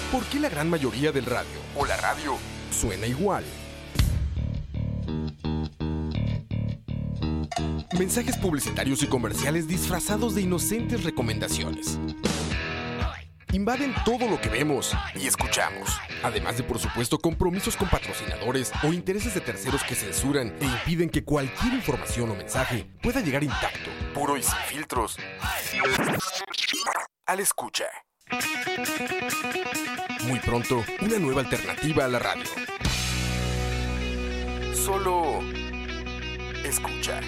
¿Por qué la gran mayoría del radio o la radio suena igual? Mensajes publicitarios y comerciales disfrazados de inocentes recomendaciones. Invaden todo lo que vemos y escuchamos, además de, por supuesto, compromisos con patrocinadores o intereses de terceros que censuran e impiden que cualquier información o mensaje pueda llegar intacto, puro y sin filtros, al escucha. Muy pronto, una nueva alternativa a la radio. Solo escucha.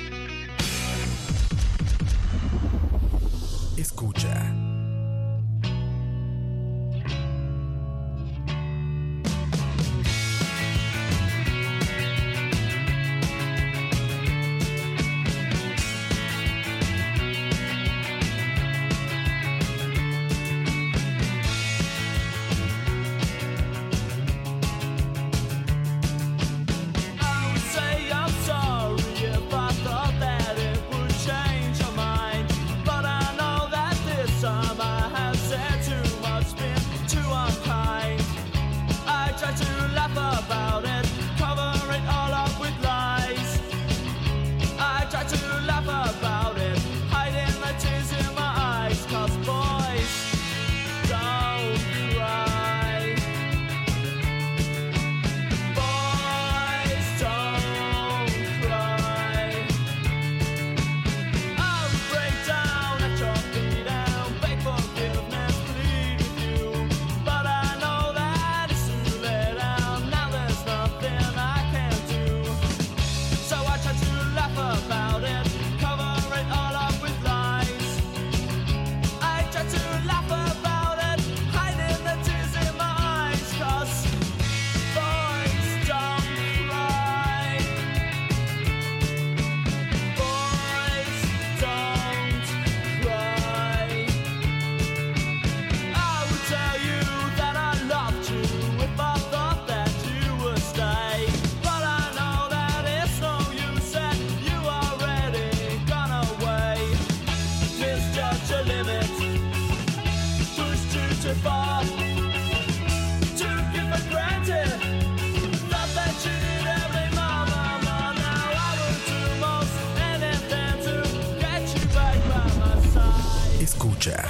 Escucha. Escucha.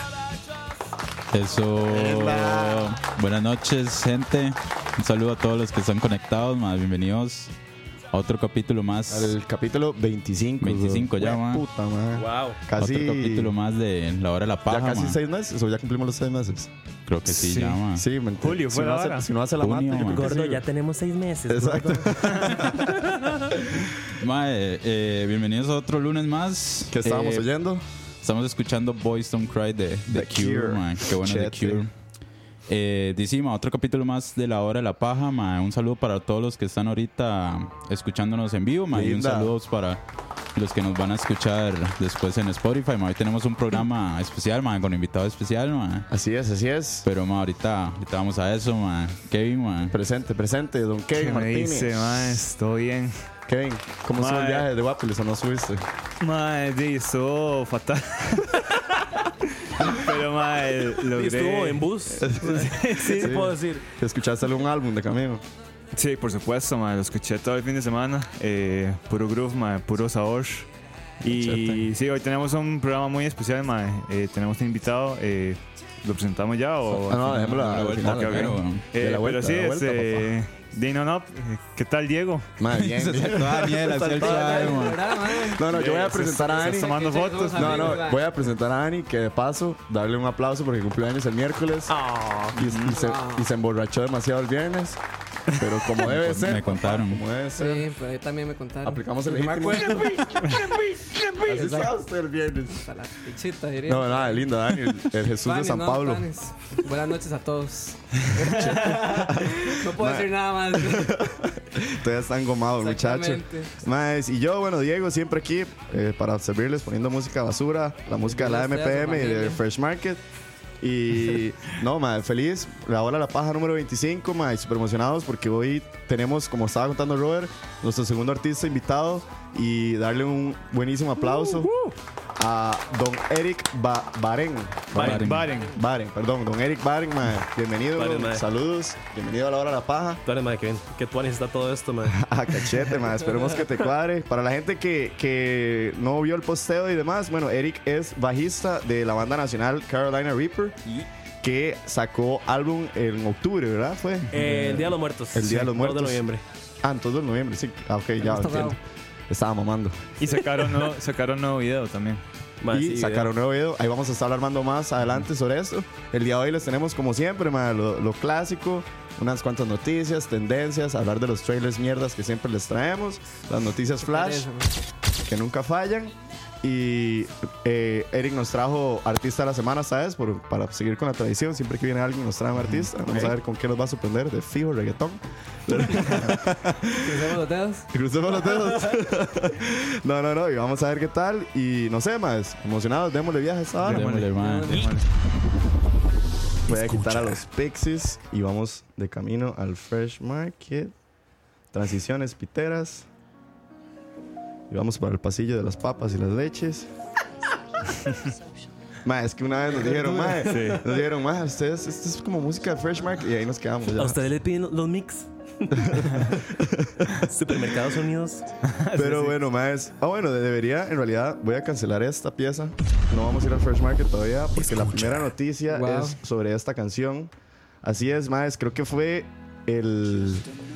Eso. Buenas noches, gente. Un saludo a todos los que están conectados, más bienvenidos a otro capítulo más. Al capítulo 25. 25 ya, man. Puta, man. Wow. Casi. Otro capítulo más de La Hora de la Paja, Ya casi man. 6 meses, o ya cumplimos los 6 meses. Creo que sí, ya, man. Sí, mentira. Julio fue si no la hace, hora. si no hace la Junio, mata, yo creo que Gordo, sí. ya tenemos 6 meses. Exacto. Mae, bienvenidos a otro lunes más. ¿Qué estábamos oyendo? Estamos escuchando Boys Don't Cry de The Cure, man. Qué bueno The Chete. Cure. Dicima, otro capítulo más de La Hora de la Paja, man. Un saludo para todos los que están ahorita escuchándonos en vivo, man. Y un Linda. saludo para los que nos van a escuchar después en Spotify, man. Hoy tenemos un programa especial, man, con invitado especial, man. Así es, así es. Pero, man, ahorita vamos a eso, man. Kevin, man. Presente, don Kevin ¿Qué me Martínez. dice, mae? ¿Todo bien? Kevin, ¿cómo estuvo el Mae. viaje de Guapiles o no subiste? Mae, sí, estuvo fatal. Pero, mae, logré... Estuvo en bus. Sí, puedo decir. ¿Escuchaste algún álbum de camino? Sí, por supuesto, mae. Lo escuché todo el fin de semana. Puro groove, mae. Puro sabor. Y Chete. sí, hoy tenemos un programa muy especial, mae. Tenemos un invitado. ¿Lo presentamos ya o...? No, dejémoslo al final. Ok, ok. Pero, weón. De la vuelta, pero sí, de la vuelta, Dino Up. ¿Qué tal, Diego? Madre, bien. Se saltó a Daniel, hacía el suave, man. No, yo voy a Estás presentar a Dani. tomando fotos. No, voy a presentar a Dani, que de paso, darle un aplauso porque cumplió años el miércoles y se emborrachó demasiado el viernes. Pero como debe ser. Me contaron. Como debe ser. Sí, pero ahí también me contaron. Aplicamos el No me legítimo. acuerdo. Así está usted el viernes. Hasta la pichita, diría. No, nada, lindo, Dani. El Jesús de Tuanis, San no, Pablo. tuanis. Buenas noches a todos. No puedo decir nada más. Todavía están gomados, muchachos. Exactamente. Más, y yo, bueno, Diego, siempre aquí para servirles, poniendo música basura, la música de la Bienvenido usted a su MPM y de familia. Fresh Market. Y no, madre, feliz. La Hora de la Paja número 25, madre, súper emocionados porque hoy tenemos, como estaba contando Robert, nuestro segundo artista invitado y darle un buenísimo aplauso a don Eric Baren, perdón, don Eric Baren, mae. Bienvenido, Baren, mae. saludos, bienvenido a la hora de la paja. Dale, madre, que tú está todo esto, madre. A cachete, mae, esperemos que te cuadre. Para la gente que no vio el posteo y demás, bueno, Eric es bajista de la banda nacional Carolina Reaper, que sacó álbum en octubre, ¿verdad? Fue El Día de los Muertos. El Día de los 2 Muertos. de noviembre. en todo el noviembre, sí. Ah, ok, ya Hemos entiendo. tocado. Estaba mamando. Y sacaron nuevo video también. Madre, Y sí, sacaron un nuevo video. Ahí vamos a estar hablando más adelante sobre esto. El día de hoy les tenemos, como siempre, ma, lo clásico. Unas cuantas noticias, tendencias, hablar de los trailers mierdas que siempre les traemos. Las noticias flash, que nunca fallan. Y Eric nos trajo artista de la semana, ¿sabes? Para seguir con la tradición. Siempre que viene alguien nos trae un artista. Vamos a ver con qué nos va a sorprender. De fijo, reggaetón. Crucemos los dedos. Crucemos los dedos. No. Y vamos a ver qué tal. Y no sé, más emocionados. Démosle viaje a esta hora. Démosle, man. Voy a quitar a los Pixies y vamos de camino al Fresh Market. Transiciones piteras. Y vamos para el pasillo de las papas y las leches. Ma, es que una vez nos dijeron, ustedes, esto es como música de Fresh Market. Y ahí nos quedamos. ¿A ustedes les piden los mix? Supermercados Unidos. Pero bueno, más. Debería, en realidad, voy a cancelar esta pieza. No vamos a ir al Fresh Market todavía porque la primera noticia es sobre esta canción. Así es, más. Creo que fue el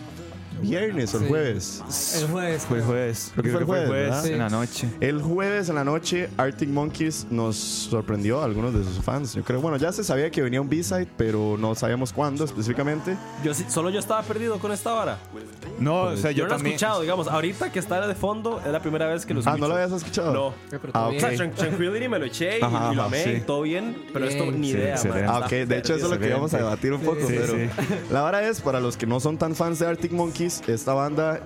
viernes o el jueves. El jueves. Fue el jueves. Creo que fue el jueves, ¿verdad? en la noche. El jueves en la noche, Arctic Monkeys nos sorprendió a algunos de sus fans. Yo creo, bueno, ya se sabía que venía un B-side, pero no sabíamos cuándo específicamente. Solo yo estaba perdido con esta vara. No, o sea, Yo yo no lo he también. escuchado, digamos. Ahorita que está de fondo, es la primera vez que lo escucho. ¿no lo habías escuchado? No. Pero Ah, todo ok. O bien. sea, Tranquility me lo eché Ajá, y lo ajá, amé, sí. todo bien, pero esto Bien. ni Sí, idea, excelente. man. Ah, ok, de hecho eso es lo que vamos a debatir un poco, Sí, pero sí. la vara es, para los que no son tan fans de Arctic Monkeys, esta banda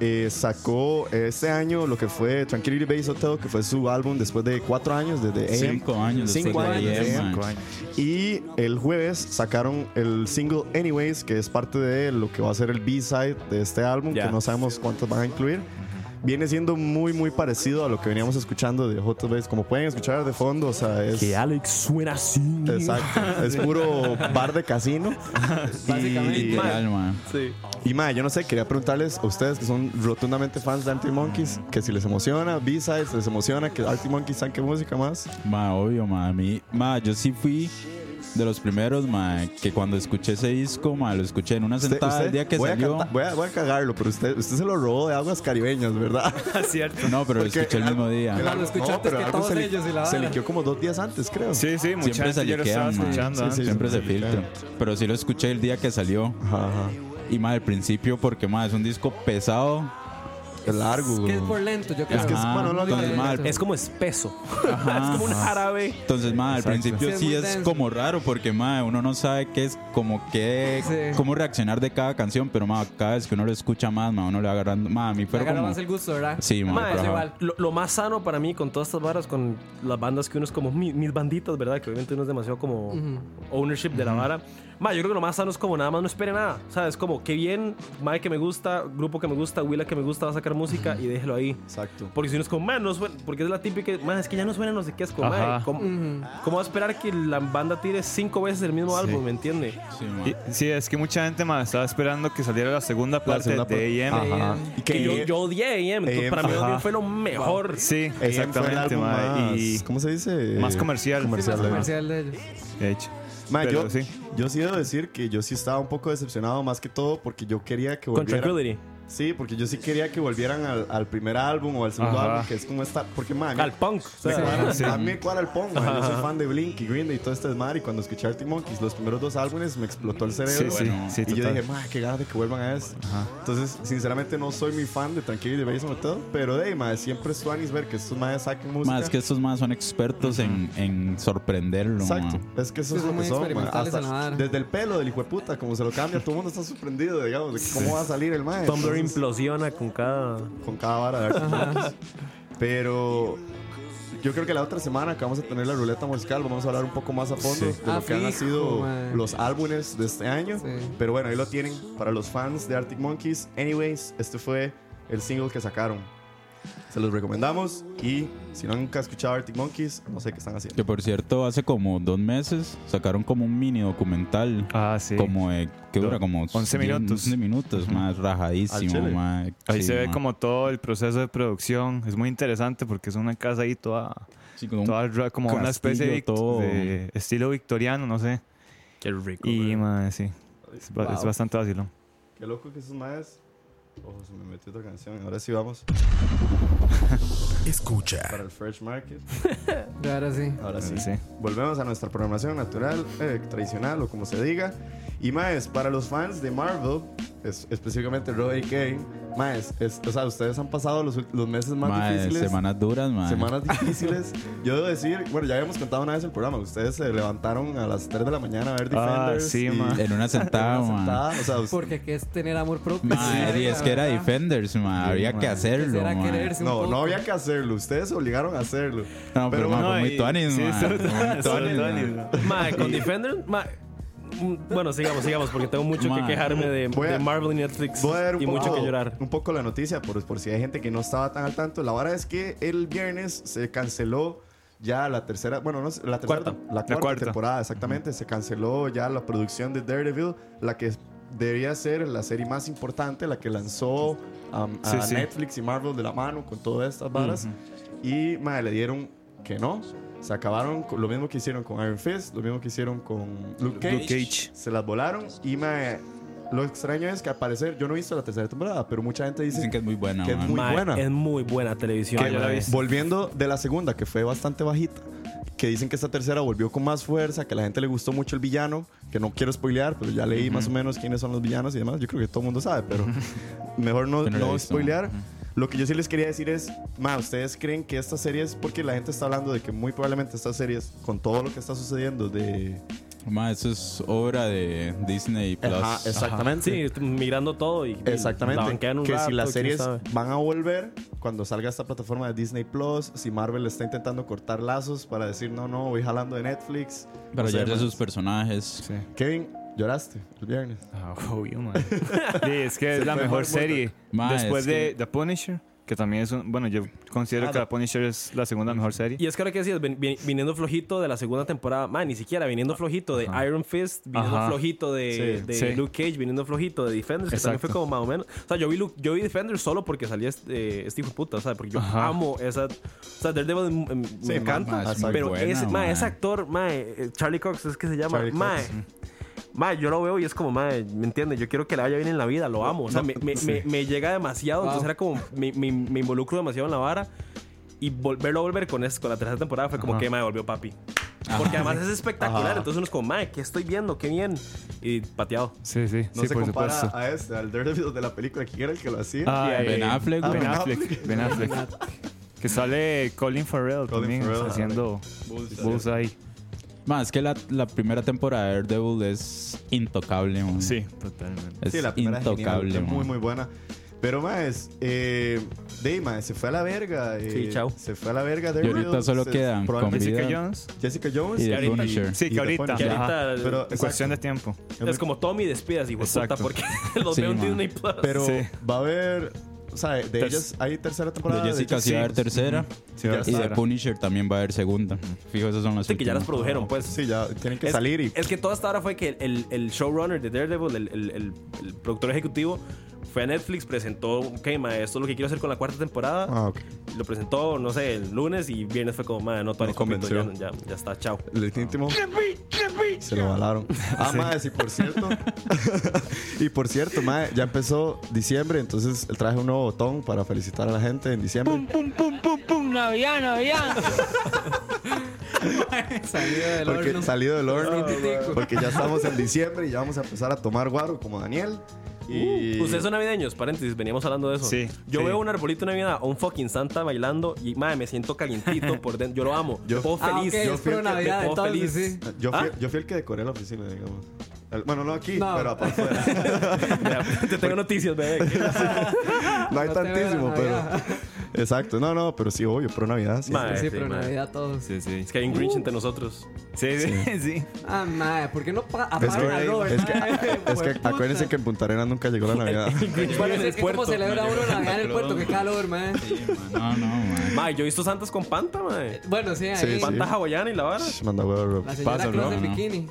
sacó este año lo que fue Tranquility Base Hotel, que fue su álbum después de 4 años, desde AM. 5 años. 5 después de años, ayer, AM. man. Y el jueves sacaron el single Anyways, que es parte de lo que va a ser el B-side de este álbum, Ya. que no sabemos cuántos van a incluir. Viene siendo muy, muy parecido a lo que veníamos escuchando de Hotel Base. Como pueden escuchar de fondo, o sea, es... Que Alex suena así. Exacto, es puro bar de casino. Básicamente. Literal, man. Sí. Y mae, yo no sé, quería preguntarles a ustedes que son rotundamente fans de Arctic Monkeys, que si les emociona, B-Sides, les emociona que Arctic Monkeys saque música más. Ma, obvio, ma. A mí, ma, yo sí fui de los primeros, ma, que cuando escuché ese disco, ma, lo escuché en una sentada el día que voy salió. voy a cagarlo, pero usted se lo robó de aguas caribeñas, ¿verdad? Cierto. No, pero lo Porque escuché el mismo día. Lo escuchó antes pero que algo todos se ellos y la se vara. liqueó como 2 días antes, creo. Sí, mucha Siempre se gente ya lo estaba liquean, ma. escuchando. Sí, antes. Siempre se sí, filtra. claro. Pero sí lo escuché el día que salió. Ajá. Y ma, al principio, porque ma, es un disco pesado. Es largo. Que es por lento, yo creo. Es que es- Ajá. bueno, no Entonces, digo- ma, al- Es como espeso. Ajá. Es como un árabe. Entonces, ma, al Exacto. principio Sí, es sí muy es denso. como raro porque, ma, uno no sabe qué es, como qué, Sí. cómo reaccionar de cada canción, pero, ma, cada vez que uno lo escucha más, ma, uno le va agarrando, ma, a mí Me fueron agarra como... más el gusto, ¿verdad? Sí, ma, Ma, pero es ajá. igual. Lo más sano para mí con todas estas varas, con las bandas que uno es como mis banditas, ¿verdad? Que obviamente uno es demasiado como ownership de la vara. Ma, yo creo que lo más sano es como nada más no espere nada. O sea, es como que bien, Mike que me gusta, grupo que me gusta, Willa que me gusta, va a sacar música y déjelo ahí. Exacto. Porque si uno es como, man, no suena, porque es la típica, man, es que ya no suena no sé qué, es como, Ajá. man, ¿cómo va a esperar que la banda tire 5 veces el mismo álbum, me entiende? Sí, ma. Sí, es que mucha gente ma, estaba esperando que saliera la segunda parte segunda de AM. Ajá. Y Que yo odié AM, entonces para mí ajá. AM fue lo mejor. Sí, AM fue el exactamente, álbum ma, más, y ¿cómo se dice? más comercial. Sí, más Comercial, comercial de ellos. de hecho. Ma, Pero yo, sí. yo sí debo decir que yo sí estaba un poco decepcionado más que todo porque yo quería que Con volviera. Tranquility. Sí, porque yo sí quería que volvieran al primer álbum o al segundo Ajá. álbum, que es como esta. Porque, man, Al punk. O sea, a mí me cuadra el punk, man. Yo soy fan de Blink y Green Day y todo este desmadre. Y cuando escuché Arctic Monkeys, los primeros 2 álbumes me explotó el cerebro. Sí, Bueno, sí, Y yo total. dije, man, qué ganas de que vuelvan a eso. Entonces, sinceramente, no soy muy fan de Tranquility Base y todo. Pero, de man, siempre es tuanis ver que estos madres saquen música. Ma, es que estos más son expertos en sorprenderlo, Exacto, ma. es que eso Sí, es lo son que muy son, man. experimentales en la vara. Desde el pelo del hijo de puta, como se lo cambia, todo el mundo está sorprendido, digamos, de que cómo va a salir el mae. Tumblr Entonces, implosiona con cada... con cada vara de Arctic Monkeys. Pero yo creo que la otra semana que vamos a tener la ruleta musical vamos a hablar un poco más a fondo de lo que han fijo, sido man. los álbumes de este año. Sí. Pero bueno, ahí lo tienen para los fans de Arctic Monkeys. Anyways, este fue el single que sacaron. Se los recomendamos. Y si no nunca han escuchado Arctic Monkeys, no sé qué están haciendo. Que por cierto, hace como 2 meses sacaron como un mini documental. Ah, sí. Como de, que dura como 11 minutos. 11 minutos, más Al rajadísimo, chile. más. Ahí sí, se ve ma. como todo el proceso de producción. Es muy interesante porque es una casa ahí toda Sí, como un como una especie de, castillo todo. de estilo victoriano, no sé. Qué rico. Y, man. ma, sí. Es bastante vacilón. Qué loco que esos maes. Ojo, se me metió otra canción. Ahora sí vamos Escucha. para el Fresh Market. Ahora sí. Ahora sí. Sí. Volvemos a nuestra programación natural, tradicional o como se diga. Y maes, para los fans de Marvel, específicamente Roy K, maes, o sea, ustedes han pasado los meses más Ma, difíciles. semanas duras, man. Semanas difíciles. Yo debo decir, bueno, ya habíamos contado una vez el programa. Ustedes se levantaron a las 3 de la mañana a ver Defenders. sí, y- ma. En una sentada, en una man. sentada, o sea, Porque que es tener amor propio. Ma, y es que era Defenders, man. Había que hacerlo, Será man. quererse un no, poco. no había que hacerlo. Ustedes se obligaron a hacerlo. No, pero, man, no, fue muy y- tuanis, sí, man. sobre Fue todo- muy sobre tuanis, todo man. Anis, Mae, con Defender, bueno, sigamos, porque tengo mucho que Mae. quejarme de Voy a- Marvel y Netflix Voy a dar y mucho que llorar. un poco la noticia por si hay gente que no estaba tan al tanto. La verdad es que el viernes se canceló ya la tercera, bueno, no sé, la tercera, Cuarta. la cuarta cuarta. temporada, exactamente. Se canceló ya la producción de Daredevil, la que debería ser la serie más importante, la que lanzó a Sí. Netflix y Marvel de la mano con todas estas varas. Y madre, le dieron que no. Se acabaron con lo mismo que hicieron con Iron Fist, lo mismo que hicieron con Luke Cage. Luke Cage. Se las volaron y lo extraño es que al parecer, yo no he visto la tercera temporada, pero mucha gente dice Dicen que es muy buena, que es man. muy Mae, buena. Es muy buena televisión. Ah, yo la mae. vi. Volviendo de la segunda, que fue bastante bajita, que dicen que esta tercera volvió con más fuerza, que a la gente le gustó mucho el villano, que no quiero spoilear, pero ya leí más o menos quiénes son los villanos y demás. Yo creo que todo el mundo sabe, pero mejor no, Yo no la he no visto. spoilear. Lo que yo sí les quería decir es, ¿ustedes creen que esta serie es porque la gente está hablando de que muy probablemente estas series, con todo lo que está sucediendo de... Ma, eso es obra de Disney Plus. Ajá, exactamente. Sí, migrando todo y la Exactamente. banquean un Que rato, si las quién series sabe. van a volver cuando salga esta plataforma de Disney Plus, si Marvel está intentando cortar lazos para decir no, voy jalando de Netflix. Para No sé, hallar de man. sus personajes. Sí. Kevin, lloraste el viernes. Ah, obvio, man. Sí, es que es la fue mejor muerto. serie. Ma, Después es de que- The Punisher, que también es un... Bueno, yo considero que The Punisher es la segunda mejor serie. Y es que ahora que decías, viniendo flojito de la segunda temporada, ni siquiera viniendo flojito de Iron Fist, viniendo Ajá. flojito de, Sí, de sí. Luke Cage, viniendo flojito de Defenders, que también Exacto. fue como más o menos. O sea, yo vi Defenders solo porque salía este hijo de puta, ¿sabes? Porque yo Ajá. amo esa. O sea, Daredevil me Sí, encanta. ma, es muy pero buena, ese ma. actor, Charlie Cox, es que se llama. Charlie Ma, Cox. ma, yo lo veo y es como, ma, ¿me entiendes? Yo quiero que le vaya bien en la vida, lo amo. O sea, me llega demasiado, entonces era como, me involucro demasiado en la vara. Y volverlo a volver con la tercera temporada fue como Ajá. que me volvió papi. Porque además es espectacular. Ajá. Entonces uno es como, mae, ¿qué estoy viendo? ¡Qué bien! Y pateado. Sí, sí, No sí, se por compara supuesto. al Daredevil de la película. ¿Quién era el que lo hacía? Ben Affleck, Ben güey. Affleck. Ben Affleck. Que sale Colin Farrell Colin también Farrell, haciendo Bullseye. Ma, es que la primera temporada de Daredevil es intocable, man. Sí, totalmente. Es Sí, la primera es genial, intocable, es muy, man. muy buena. Pero, más, se fue a la verga. Sí, chao. Se fue a la verga Y Daredevil. ahorita solo quedan con probablemente vida Jessica Jones. Jessica Jones y que The ahorita- Punisher. Sí, y que The ahorita. Punisher. Que Ajá. ahorita, Pero, En cuestión de tiempo. es como Tommy despidas, hijo de puta, Exacto. porque los Sí, veo en man. Disney Plus. Pero Sí. va a haber... O sea, de ellas hay tercera temporada. De Jessica sí va a haber tercera. Sí, Ya va a Y está. The Punisher también va a haber segunda. Fijo, esas son las Sí, que ya las últimas. produjeron, pues. Sí, ya tienen que Es- salir y... Es que toda esta hora fue que el showrunner de Daredevil, el productor ejecutivo, fue a Netflix, presentó, ok, ma, esto es lo que quiero hacer con la cuarta temporada. Ok. Lo presentó, no sé, el lunes y viernes fue como, ma, no, Tony, No convenció. ya está, chao. El íntimo se lo balaron. Ah, madre, sí, por cierto. Y por cierto, madre, ya empezó diciembre, entonces él traje un nuevo botón para felicitar a la gente en diciembre. Salido del Porque horno. salido del horno. Minutico. Porque ya estamos en diciembre y ya vamos a empezar a tomar guaro como Daniel. Y Ustedes son navideños, paréntesis, veníamos hablando de eso. Sí, Yo sí. veo un arbolito de Navidad o un fucking Santa bailando y, madre, me siento calientito por dentro. Yo lo amo. Yo- Me pongo Ah, feliz. ok, yo es fui el pro que- Navidad, me pongo entonces feliz. sí. yo fui el que decoré la oficina, digamos. Bueno, no aquí, No. pero para afuera. Mira, te tengo noticias, bebé. No hay No te veo tantísimo, la pero... Navidad. Exacto. No, pero sí, obvio, pro Navidad. Sí. Ma, Sí, sí, pero mae. Navidad todos. Sí, sí. Es que hay un Grinch entre nosotros. Sí, sí. Ah, mae, ¿por qué no Es que, apagan a Robert? es que, mae? es que Hueputa. acuérdense que en Punta Arenas nunca llegó la Navidad. Bueno, es que como celebra uno Navidad en el puerto, qué calor, mae. Sí, man. No, man. Ma, yo he visto santas con panta, mae. Bueno, sí, ahí. Sí, Panta hawaiana y la vara. Manda huevo, Rob. La señora Pasa, Claus ¿no? en No. bikini.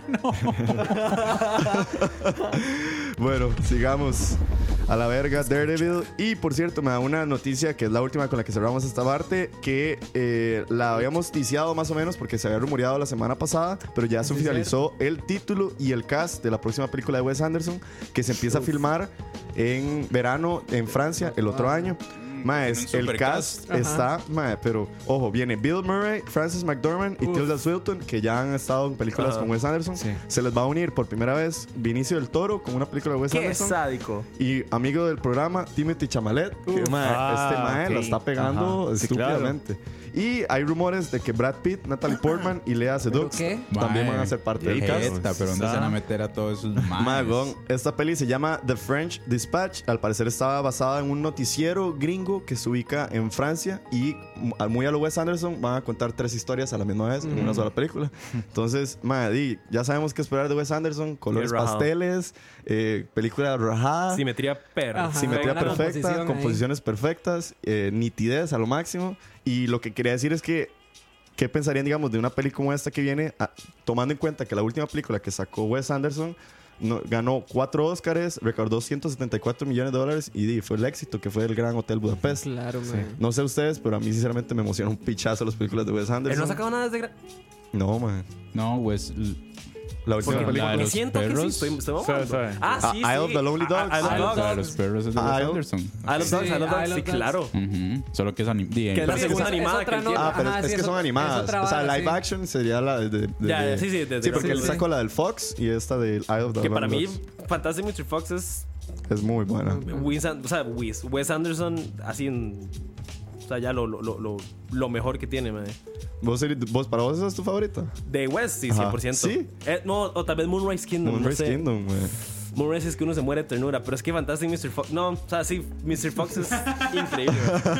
Bueno, sigamos a la verga Daredevil. Y por cierto, me da una noticia que es la última con la que cerramos esta parte, que la habíamos ticiado más o menos porque se había rumoreado la semana pasada, pero ya se oficializó el título y el cast de la próxima película de Wes Anderson, que se empieza a filmar en verano en Francia el otro año. Mae, Tiene un el cast supercast. está, mae, pero ojo, viene Bill Murray, Frances McDormand y Tilda Swinton, que ya han estado en películas Ajá. con Wes Anderson. Sí. Se les va a unir por primera vez Vinicio del Toro con una película de Wes Qué Anderson. sádico. Y amigo del programa, Timothy Chalamet, que mae, este mae ok. la está pegando Ajá, sí, claro. estúpidamente. Y hay rumores de que Brad Pitt, Natalie Portman y Lea Seydoux qué? también Mae, van a ser parte del qué cast. Jeta, pero ¿dónde se van a meter a todos esos maes? Magón, esta peli se llama The French Dispatch. Al parecer estaba basada en un noticiero gringo que se ubica en Francia y muy a lo Wes Anderson van a contar 3 historias a la misma vez en una sola película. Entonces, madre, ya sabemos qué esperar de Wes Anderson: colores Bien rajado. pasteles, película rajada, Simetría perra. Ajá. simetría buena perfecta, composición ahí. composiciones perfectas, nitidez a lo máximo. Y lo que quería decir es que ¿qué pensarían, digamos, de una peli como esta que viene, tomando en cuenta que la última película que sacó Wes Anderson ganó 4 Oscars, recaudó $174 millones y fue el éxito que fue el Gran Hotel Budapest? Claro, mae. No sé ustedes, pero a mí sinceramente me emociona un pichazo las películas de Wes Él no ha Anderson. sacado nada desde... No, man. No, pues. La última Porque película. la de Me los siento que sí, perros. estoy Suave, mamando. suave. Ah, sí, Isle sí. of the Lonely Dogs. Isle of the Isle of La de Dogs. los perros es de Wes Isle- Anderson. Isle of Dogs, Sí, Isle of Dogs, Isle sí, of Dogs. claro. Ujú. Solo que es Que es la segunda animada otra que nota. tiene. Ah, pero Ajá, es sí, que es son otra- animadas. es otra O sea, vara, live sí. action sería la de... Ya, sí, sí, Sí, porque él sí. sacó la del Fox y esta del Isle of the Que para Lonely mí, Dogs. Fantastic Mr. Fox es Es muy buena. Wes Anderson así en... O sea, ya lo mejor que tiene, man. ¿Para vos esa es tu favorita? De West, sí, Ajá. 100%. ¿Sí? No, o tal vez Moonrise Kingdom. Moonrise no sé. Kingdom, güey. Moonrise es que uno se muere de ternura, pero es que Fantastic Mr. Fox... No, o sea, sí, Mr. Fox es increíble.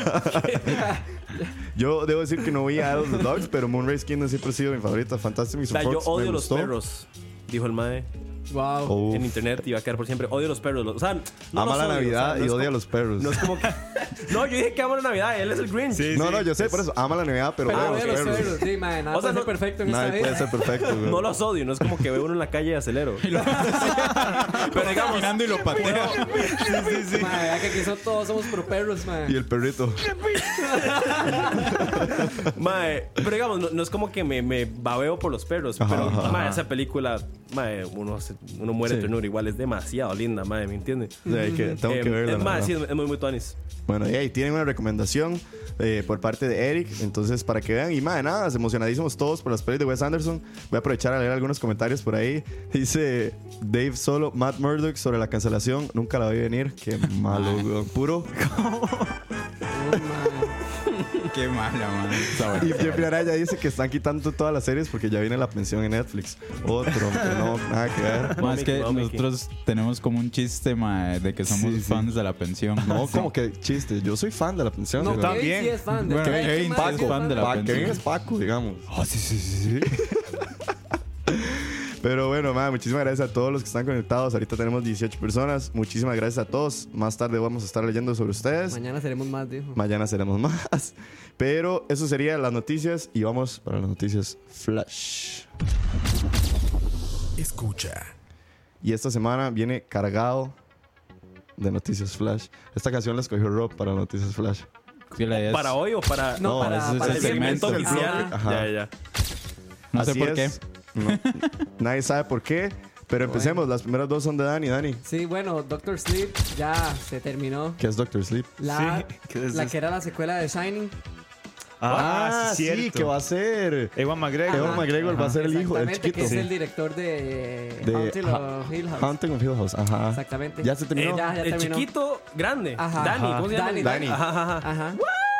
Yo debo decir que no vi Isle of the Dogs, pero Moonrise Kingdom siempre ha sido mi favorita. Fantastic O Mr. sea, yo Fox me odio los gustó. perros, dijo el mae Wow. Uf. en internet y va a quedar por siempre. Odio los perros. O sea, no Ama los la odio, Navidad o sea, no y es odia a como- los perros. No es como que... No, yo dije que amo la Navidad, él es el Grinch. Sí, No, sí. no, yo sé, por eso ama la Navidad, pero Pero odia a odio los los perros. perros. Sí, mae, nada O sea, puede ser no- perfecto en esta Nadie vida. puede ser perfecto, güey. No los odio, no es como que veo uno en la calle y acelero. Pero digamos, Caminando y lo pateo. Mae, ya que aquí todos somos pro perros, mae. Y el perrito. mae, pero digamos, no es como que me babeo por los perros, Ajá, pero ajá, mae, esa película, mae, uno muere de Sí. ternura, igual es demasiado linda, mae, ¿me entiendes? O sea, tengo que verla. la Mae, verdad. sí, es muy tuanis. Bueno, y ahí tienen una recomendación por parte de Eric. Entonces, para que vean. Y más nada, emocionadísimos todos por las pelis de Wes Anderson. Voy a aprovechar a leer algunos comentarios por ahí. Dice Dave Solo, Matt Murdock sobre la cancelación. Nunca la vi venir. Qué malo, weón. Puro. Qué mala, man. Está Y bueno. Jeffrey Araya dice que están quitando todas las series porque ya viene la pensión en Netflix. Otro, que no, nada que ver. Ma, es que Mickey. nosotros tenemos como un chiste, ma, de que somos Sí, sí. fans de la pensión. No, como que chiste. Yo soy fan de la pensión. No, digamos. Kevin también. sí es fan de Bueno, Kevin Kevin mae, es sí fan de la Kevin pensión. es Paco, digamos. Ah, sí, sí, sí, sí. Pero bueno, muchísimas gracias a todos los que están conectados. Ahorita tenemos 18 personas. Muchísimas gracias a todos. Más tarde vamos a estar leyendo sobre ustedes. Mañana seremos más, dijo. Mañana seremos más. Pero eso sería las noticias. Y vamos para las noticias Flash. Escucha. Y esta semana viene cargado de noticias Flash. Esta canción la escogió Rob para noticias Flash. Sí, la idea es- ¿Para hoy o para...? No, No, para, ese es para el el segmento segmento oficial. Ajá. Ya, ya. No sé Así por qué. es. No, nadie sabe por qué. Pero empecemos. Las primeras dos son de Dani. Dani, Sí, bueno, Doctor Sleep ya se terminó. ¿qué es Doctor Sleep? La, Sí, ¿qué es la eso? que era la secuela de Shining. Sí, sí, que va a ser. Ewan McGregor. Ewan McGregor va a ser el hijo, el Exactamente, chiquito. que es Sí. el director de De Haunting of Hill House. Haunting of Hill House. Ajá. Exactamente. ¿Ya se terminó? Ya El terminó. chiquito grande. Ajá. Dani, ¿cómo se llama? Dani. Dani. Ajá, ajá, ajá. Ajá.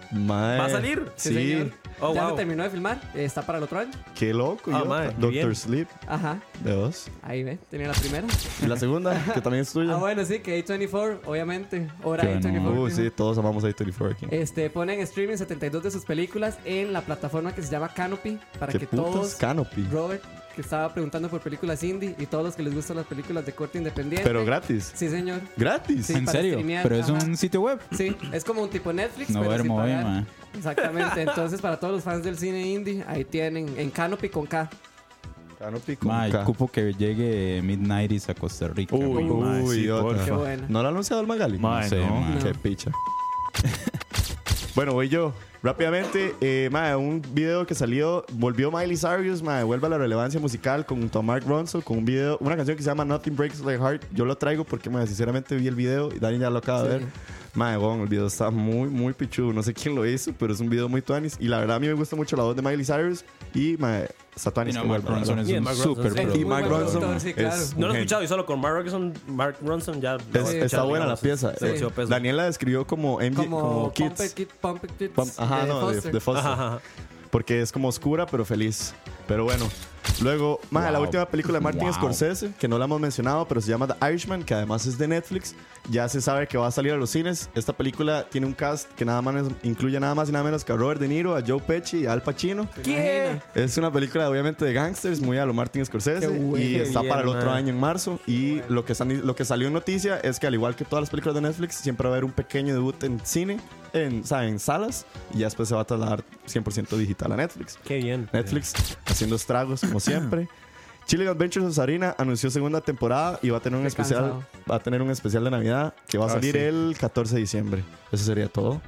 Mae, ¿Va a salir? Sí, Sí, señor. Oh, Ya wow. se terminó de filmar. Está para el otro año. qué loco. Ah, yo. mae, qué Doctor bien. Sleep, Ajá. de dos. Ahí ve. Tenía la primera. Y la segunda, que también es tuya. Ah, bueno, sí, que A24, obviamente. Hora Qué A24. bueno. Sí, todos amamos A24 aquí. Ponen streaming 72 de sus películas en la plataforma que se llama Canopy. Para ¿Qué que putas? todos. Canopy. Robert, que estaba preguntando por películas indie y todos los que les gustan las películas de corte independiente. Pero gratis. Sí, señor. Gratis. Sí. ¿En para serio? streamear, Pero es ajá. un sitio web. Sí, es como un tipo Netflix. No pero sin duermo hoy, pagar. ma. Exactamente. Entonces, para todos los fans del cine indie, ahí tienen en Canopy con K. Canopy con Ma, K. cupo que llegue Mid-90s a Costa Rica. Uy, ma. ma, sí, otra. porfa. Qué bueno. ¿No lo ha anunciado el Magali? Ma, No sé, no. ma. Qué picha. Bueno, voy yo. Rápidamente, un video que salió, volvió Miley Cyrus, vuelve a la relevancia musical junto a Mark Ronson con un video, una canción que se llama Nothing Breaks My Heart. Yo lo traigo porque, sinceramente vi el video y Dani ya lo acaba de ver. Bueno, el video está muy, muy pichudo. No sé quién lo hizo, pero es un video muy tuanis. Y la verdad, a mí me gusta mucho la voz de Miley Cyrus y, está Y tuanis. no, que Mark vuelva, Ronson la es Bien, un Mark Ronson, super sí. verdad. pro. Y Mark Muy buen Ronson productor, sí, claro. es No lo he un genio. escuchado y solo con Mark Ronson ya. Está buena la pieza. Sí. Demasiado peso. Daniel la describió como MG, como Pumped Kids. Kids. Ajá, de no, Foster. de Foster. Ajá, ajá. Porque es como oscura, pero feliz. Pero bueno. Luego, la Wow. última película de Martin Wow. Scorsese, que no la hemos mencionado, pero se llama The Irishman, que además es de Netflix. Ya se sabe que va a salir a los cines. Esta película tiene un cast que incluye nada más y nada menos que a Robert De Niro, a Joe Pesci y a Al Pacino. ¿Qué? Es una película obviamente de gangsters, muy a lo Martin Scorsese. Qué bueno. Y está Bien, para el otro man. año en marzo. Y lo que salió en noticia es que al igual que todas las películas de Netflix, siempre va a haber un pequeño debut en cine, en salas, y ya después se va a trasladar 100% digital a Netflix. Qué bien. Netflix haciendo estragos como siempre. Chilling Adventures of Sarina anunció segunda temporada y va a tener un Qué especial, cansado. va a tener un especial de Navidad que va a salir sí. el 14 de diciembre. Eso sería todo.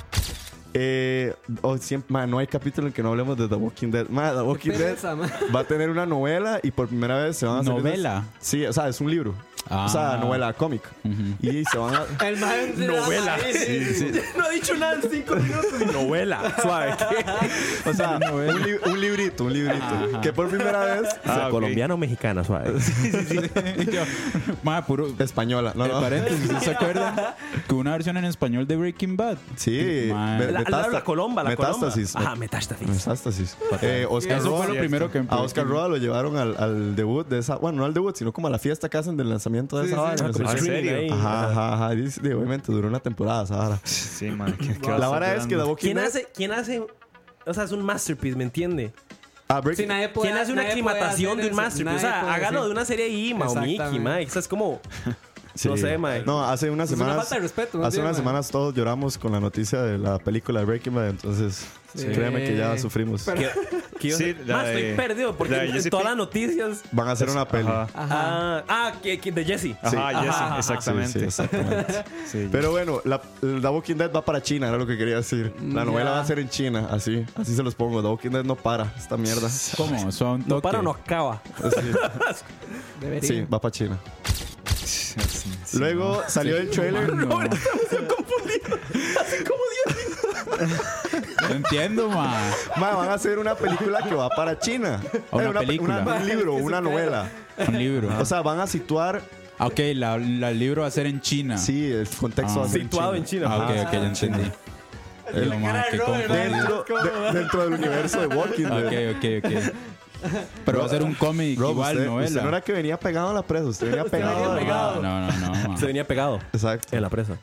No hay capítulo en que no hablemos de The Walking Dead. The Walking Qué Dead pereza, man. va a tener una novela y por primera vez se van a hacer ¿Novela? Sí, o sea, es un libro. O sea, Ah. novela, cómic. Ujú. Y se van a... El man se Novela. llama ahí. No ha dicho nada en 5 minutos. Novela. Suave. ¿Qué? O sea, un librito. Ajá. Que por primera vez... Ah, ok. Colombiano o mexicana, suave. Yo, ma, puro. Española. No, no. Paréntesis, ¿usted se acuerda que hubo una versión en español de Breaking Bad? Sí. Ma, La colomba, la Metástasis. colomba. Ajá, metástasis. Metástasis. Oscar Eso fue Roa- lo primero que A Oscar Roa lo llevaron al debut de esa... Bueno, no al debut, sino como a la fiesta que hacen del lanzamiento de Sí, esa sí. vaina. Ah, con ¿En streaming serio? ahí. Ajá. Dice, obviamente duró una temporada, Sahara. Sí, man. ¿qué La vas vara es que The hablando? Walking Dead... ¿Quién hace? O sea, es un masterpiece, ¿me entiende? Breaking... Sí, nadie puede- ¿Quién hace una nadie puede aclimatación hacer de un eso. masterpiece? O Nadie sea, puede hágalo decir. de una serie ahí, Mao Mickey, Exactamente. Mike. Eso es como... Sí. No sé, mae. No, hace unas Es una semanas... falta de respeto, más Hace bien, unas mae. semanas todos lloramos con la noticia de la película de Breaking Bad, entonces Sí. créeme que ya sufrimos. Pero- Sí, la Más estoy de- perdido porque la de en Jesse todas P- las noticias... Van a hacer una peli. Ajá. que de Jesse. Ajá, Sí. Jesse, Ajá, exactamente. Sí, exactamente. Sí, Pero bueno, The Walking Dead va para China, era lo que quería decir. La novela va a ser en China, así se los pongo. The Walking Dead no para, esta mierda. Sí, ¿Cómo? Son No para o no acaba. Debería. sí, va para China. sí, sí. Luego salió el trailer. No entiendo, ma. Van a hacer una película que va para China. Una película. Un libro, una novela. Un libro. O sea, van a situar, Ok, el libro va a ser en China. sí, el contexto va a ser Situado en China. Ah, ok, ya entendí. Yo, ma, qué confundido. dentro del universo de Walking Dead. Ok. Pero va a ser un cómic Rob, igual, usted novela. no era que venía pegado a la presa, usted venía pegado. venía pegado. No, ma. Se venía pegado Exacto. en la presa.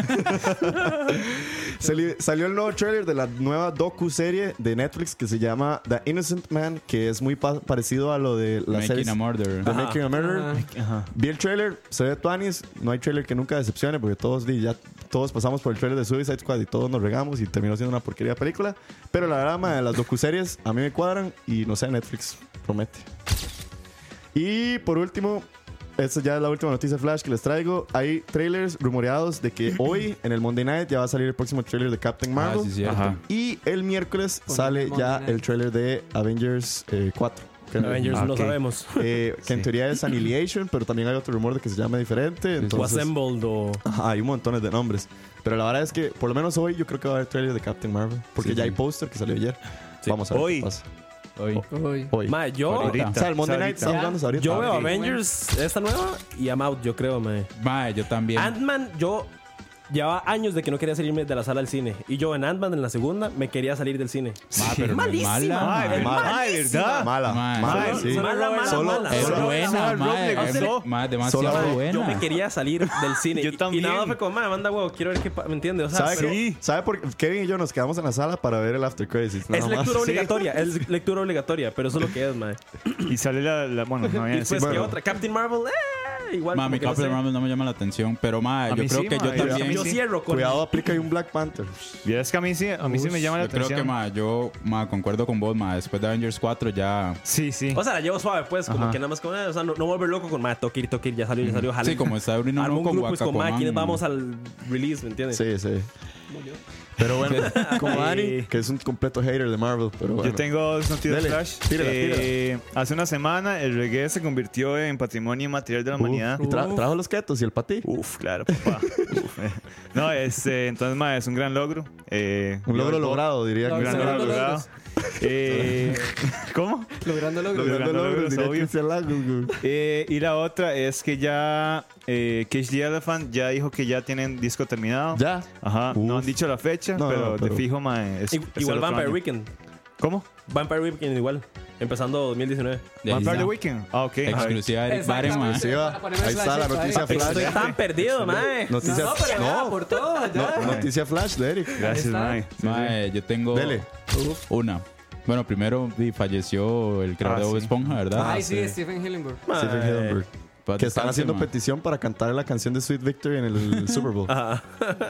Salió el nuevo trailer de la nueva docu-serie de Netflix que se llama The Innocent Man, que es muy parecido a lo de la serie Making a Murder. The Making a Murder. Ajá. Vi el trailer, se ve tuanis. No hay trailer que nunca decepcione porque todos pasamos por el trailer de Suicide Squad y todos nos regamos y terminó siendo una porquería de película. Pero la verdad, de las docuseries a mí me cuadran y no sé, Netflix promete. Y por último, esta ya es la última noticia flash que les traigo. Hay trailers rumoreados de que hoy en el Monday Night ya va a salir el próximo trailer de Captain Ah, Marvel. sí, cierto. Ajá. Y el miércoles Con sale el ya Monday Night. el trailer de Avengers 4. Que, Avengers no ok. sabemos. que en Sí. teoría es Annihilation, pero también hay otro rumor de que se llame diferente. O Entonces, Assembled o... ajá, hay un montones de nombres. Pero la verdad es que por lo menos hoy yo creo que va a haber trailer de Captain Marvel. Porque Sí, ya sí. hay póster que salió ayer. Sí. Vamos a ver Hoy. qué pasa. Hoy. Uy. Hoy. Mae, yo... Ahorita. O sea, el Monday Night Ahorita. estamos hablando ahorita. Yo veo ok. Avengers, esta nueva, y I'm out, yo creo, mae. Ma, yo también. Ant-Man, yo llevaba años de que no quería salirme de la sala del cine. Y yo en Ant-Man, en la segunda, me quería salir del cine. Pero no es mala, Mae, ¿verdad? Mala, Mae. mala, Solo- sí. solo- mala, Solo- mala. Es solo- buena, Rob le gustó. demasiado Solo- buena. Yo me quería salir del cine. Yo Y- también. Y nada, fue como, manda huevo, quiero ver qué ¿me entiendes? O sea, ¿Sabe, pero ¿Sabe por qué Kevin y yo nos quedamos en la sala para ver el After Credits? es lectura obligatoria, es lectura obligatoria, pero eso es lo que es, mae. Y sale bueno, no voy a Y decir. después, ¿qué bueno. otra? Captain Marvel, igual. Ma, como mi que no Captain sé. Marvel no me llama la atención, pero ma, A yo mí creo sí, que ma, yo yo también. Yo cierro con. Cuidado, aplica ahí un Black Panther. Vieras que a mí sí me llama la Yo creo atención. que ma, yo concuerdo con vos, ma, después de Avengers 4 ya. Sí, sí. O sea, la llevo suave, pues, como Ajá. que nada más como, o sea, no volver loco con, toque ir, ya salió, Sí, como está abriendo Armó uno un con grupo, pues, con Guacacoman. máquinas, vamos al release, ¿me entiendes? Sí, sí. Pero bueno, como Dani, que es un completo hater de Marvel. Pero bueno. Yo tengo dos noticias Dele, flash. tírala. Hace una semana el reggae se convirtió en patrimonio inmaterial de la humanidad. ¿Y trajo los ketos y el patí? Uf, claro, papá. Uf, No, entonces, ma, es un gran logro. Un logro logrado, diría. Un gran Logrando logro logrado. ¿Cómo? Logrando logros. Logrando logros, diría obvio. Cristian Lagos, güey. Y la otra es que ya Cage the Elephant ya dijo que ya tienen disco terminado. ¿Ya? Ajá. No Uf. han dicho la fecha, No, pero, pero- de fijo, ma, es el Igual otro Vampire año. Weekend. ¿Cómo? Vampire Weekend igual. Empezando 2019. De ahí Vampire está. the Weekend. Ah, ok. Exclusiva de Eric Baren, ma. Sí, va. Poneme Ahí está la flashlight noticia ahí. flash. Estoy tan perdido, mae. Noticia, No, pero ya, no, por todo, ya. noticia flash de Eric. Gracias, Ahí ma. está. Sí, Ma, yo tengo Dele. una. Bueno, primero falleció el creador Ah, de Bob sí. Esponja, ¿verdad? Ay, sí, Stephen Hillenburg. Stephen Hillenburg. Paz Que están descanse, haciendo ma. petición para cantar la canción de Sweet Victory en el Super Bowl. Ajá.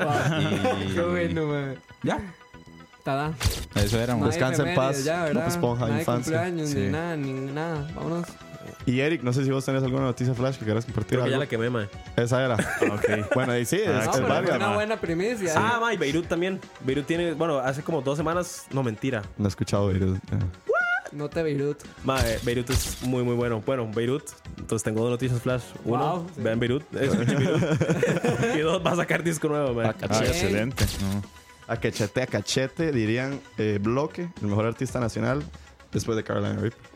Y- Qué bueno, man. Ya, Tada. eso era, ma. Nadie Descansa en efemérides paz, ya, ¿verdad? Bob Esponja, Nadie infancia. cumpleaños, Sí. ni nada. Vámonos. Y Eric, no sé si vos tenés alguna noticia flash que quieras compartir. Creo que ya algo. la quemé, mae. Esa era. Ah, ok. Bueno, ahí sí, es, Ah, es No, pero válida. fue una ma. buena primicia. Ah, mae, Beirut también. Beirut tiene, bueno, hace como 2 semanas, no mentira. No he escuchado Beirut. No te Beirut. Mae, Beirut es muy, muy bueno. Bueno, Beirut, entonces tengo 2 noticias flash. Uno, Wow, sí. vean Beirut. Escuchen Beirut. Y 2, va a sacar disco nuevo, mae. Ah, excelente. No. A cachete, dirían Bloque, el mejor artista nacional, después de Carolina Reaper.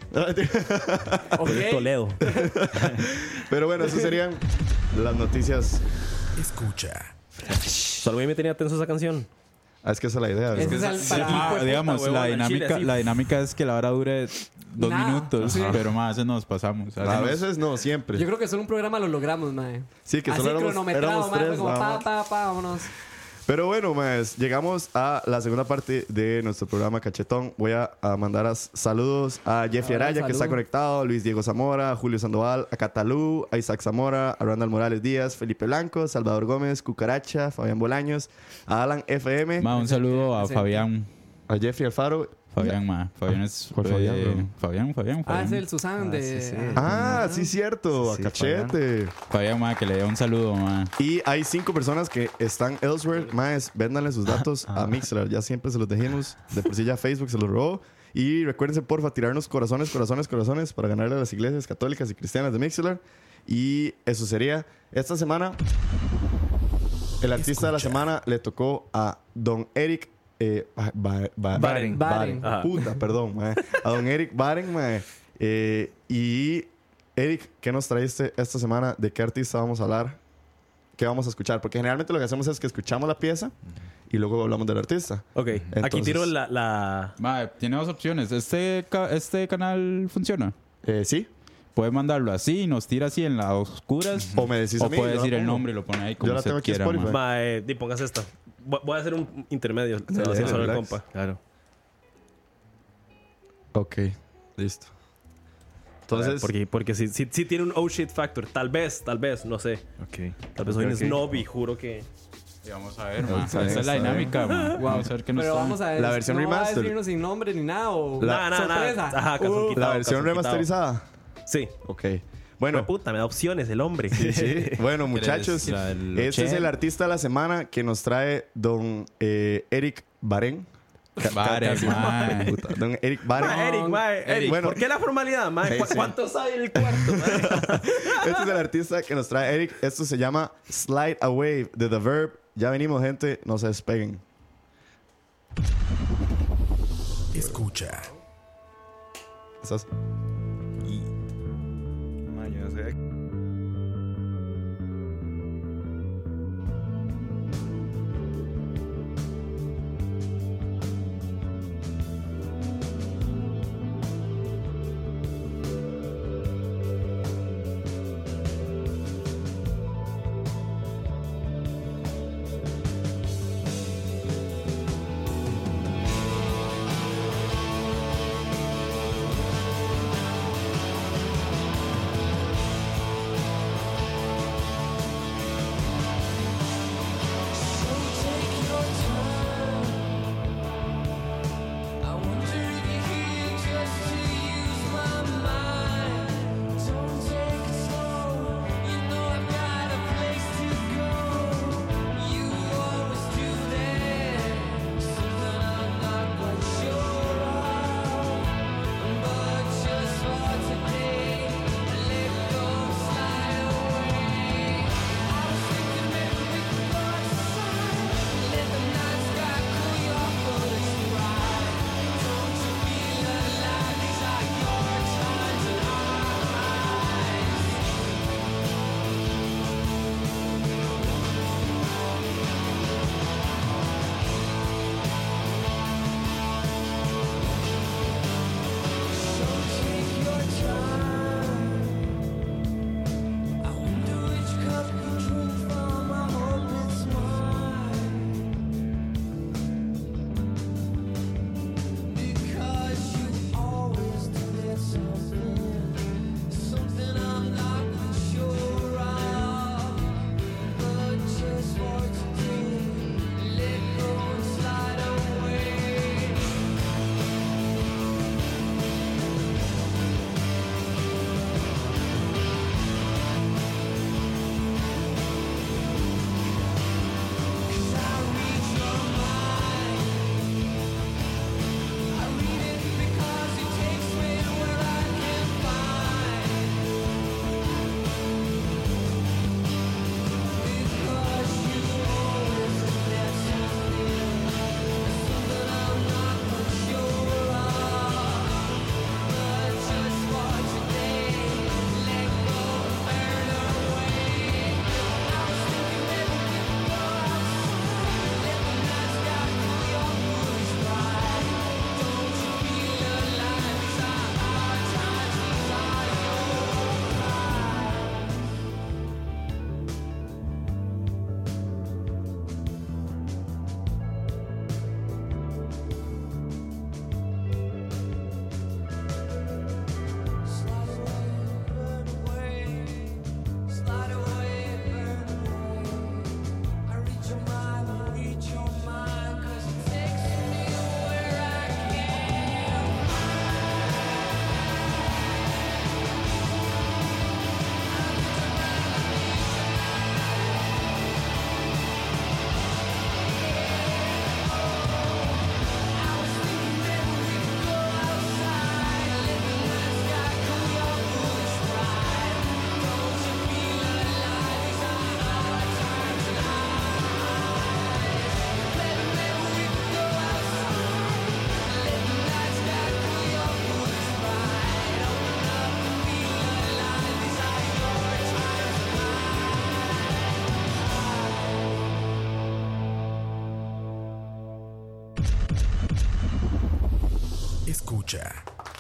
Ok. Toledo. Pero bueno, esas serían las noticias. Escucha. Solo a mí me tenía tenso esa canción. Ah, es que esa es la idea. ¿verdad? Ese es el para Ah, hijo de digamos, huevona, la en Chile, dinámica, así. la dinámica es que la hora dure 2 Nada. minutos, Sí. pero más a veces nos pasamos. A veces no, siempre. Yo creo que solo un programa lo logramos, mae. Sí, que Así solo cronometrado, éramos mae. Fue tres. como nada más. vámonos. Pero bueno, más llegamos a la segunda parte de nuestro programa Cachetón. Voy a mandar saludos a Jeffrey Hola, Araya, que está salud. conectado, Luis Diego Zamora, a Julio Sandoval, a Catalú, a Isaac Zamora, a Randall Morales Díaz, Felipe Blanco, Salvador Gómez, Cucaracha, Fabián Bolaños, a Alan FM, Ma, un saludo a Presente. Fabián. a Jeffrey Alfaro. Fabián, ma. Fabián es. ¿Cuál Fabián, bro? Fabián. Ah, es el Susan de. sí, sí. Ah, sí, cierto, Sí, a Cachete. Fabián, ma, que le dé un saludo, ma. Y hay 5 personas que están elsewhere. Más, véndanle sus datos a Mixler. Ya siempre se los dejemos. De por sí ya Facebook se los robó. Y recuérdense, porfa, tirarnos corazones para ganarle a las iglesias católicas y cristianas de Mixler. Y eso sería. Esta semana, el artista de la semana le tocó a Don Eric Baren. Baren. Ajá. Puta, perdón, mae. A Don Eric Baren, mae. Y Eric, ¿qué nos traíste esta semana? ¿De qué artista vamos a hablar? ¿Qué vamos a escuchar? Porque generalmente lo que hacemos es que escuchamos la pieza y luego hablamos del artista. Ok, aquí Entonces- tiro la... Ma, tiene 2 opciones. Este canal funciona. ¿Sí? Puede mandarlo así, nos tira así en las oscuras. O me decís a O mí, puede yo la decir el pongo. nombre y lo pone ahí como Yo la usted tengo aquí en quiera, Spotify. ma. Di, pongas esta. Voy a hacer un intermedio. Se Dale, lo hacen dale, solo el relax. compa. Claro. Ok, listo. Entonces, Porque sí tiene un oh shit factor. Tal vez, no sé. Ok. Tal vez soy un Ok. snob y juro que... Y vamos a ver, ma. Está Esa bien, es la está dinámica, ma. Wow. Vamos a ver qué nos Pero trae. vamos a ver. La versión no va a remaster. decirnos sin nombre ni nada. O Nada. sorpresa. Ajá, calzón quitado, la versión calzón remasterizada. quitado. Sí. Ok. Bueno, Bueno, puta, me da opciones el hombre. sí. Bueno, muchachos, la del este es 80. el artista de la semana que nos trae Don Eric Baren. Baren, ma. Puta, Don Eric Baren. Eric, Bueno. ¿por qué la formalidad, ma? Sí, sí. ¿Cuántos hay en el cuarto, ma? Este es el artista que nos trae Eric. Esto se llama Slide Away de The Verb. Ya venimos, gente. No se despeguen. Escucha. ¿Estás? Ma, yo no sé. escucha.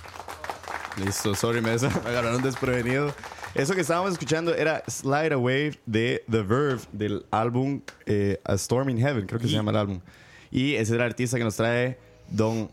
Listo, sorry, me agarraron desprevenido. Eso que estábamos escuchando era Slide Away de The Verve del álbum A Storm in Heaven, creo que se llama el álbum. Y ese es el artista que nos trae Don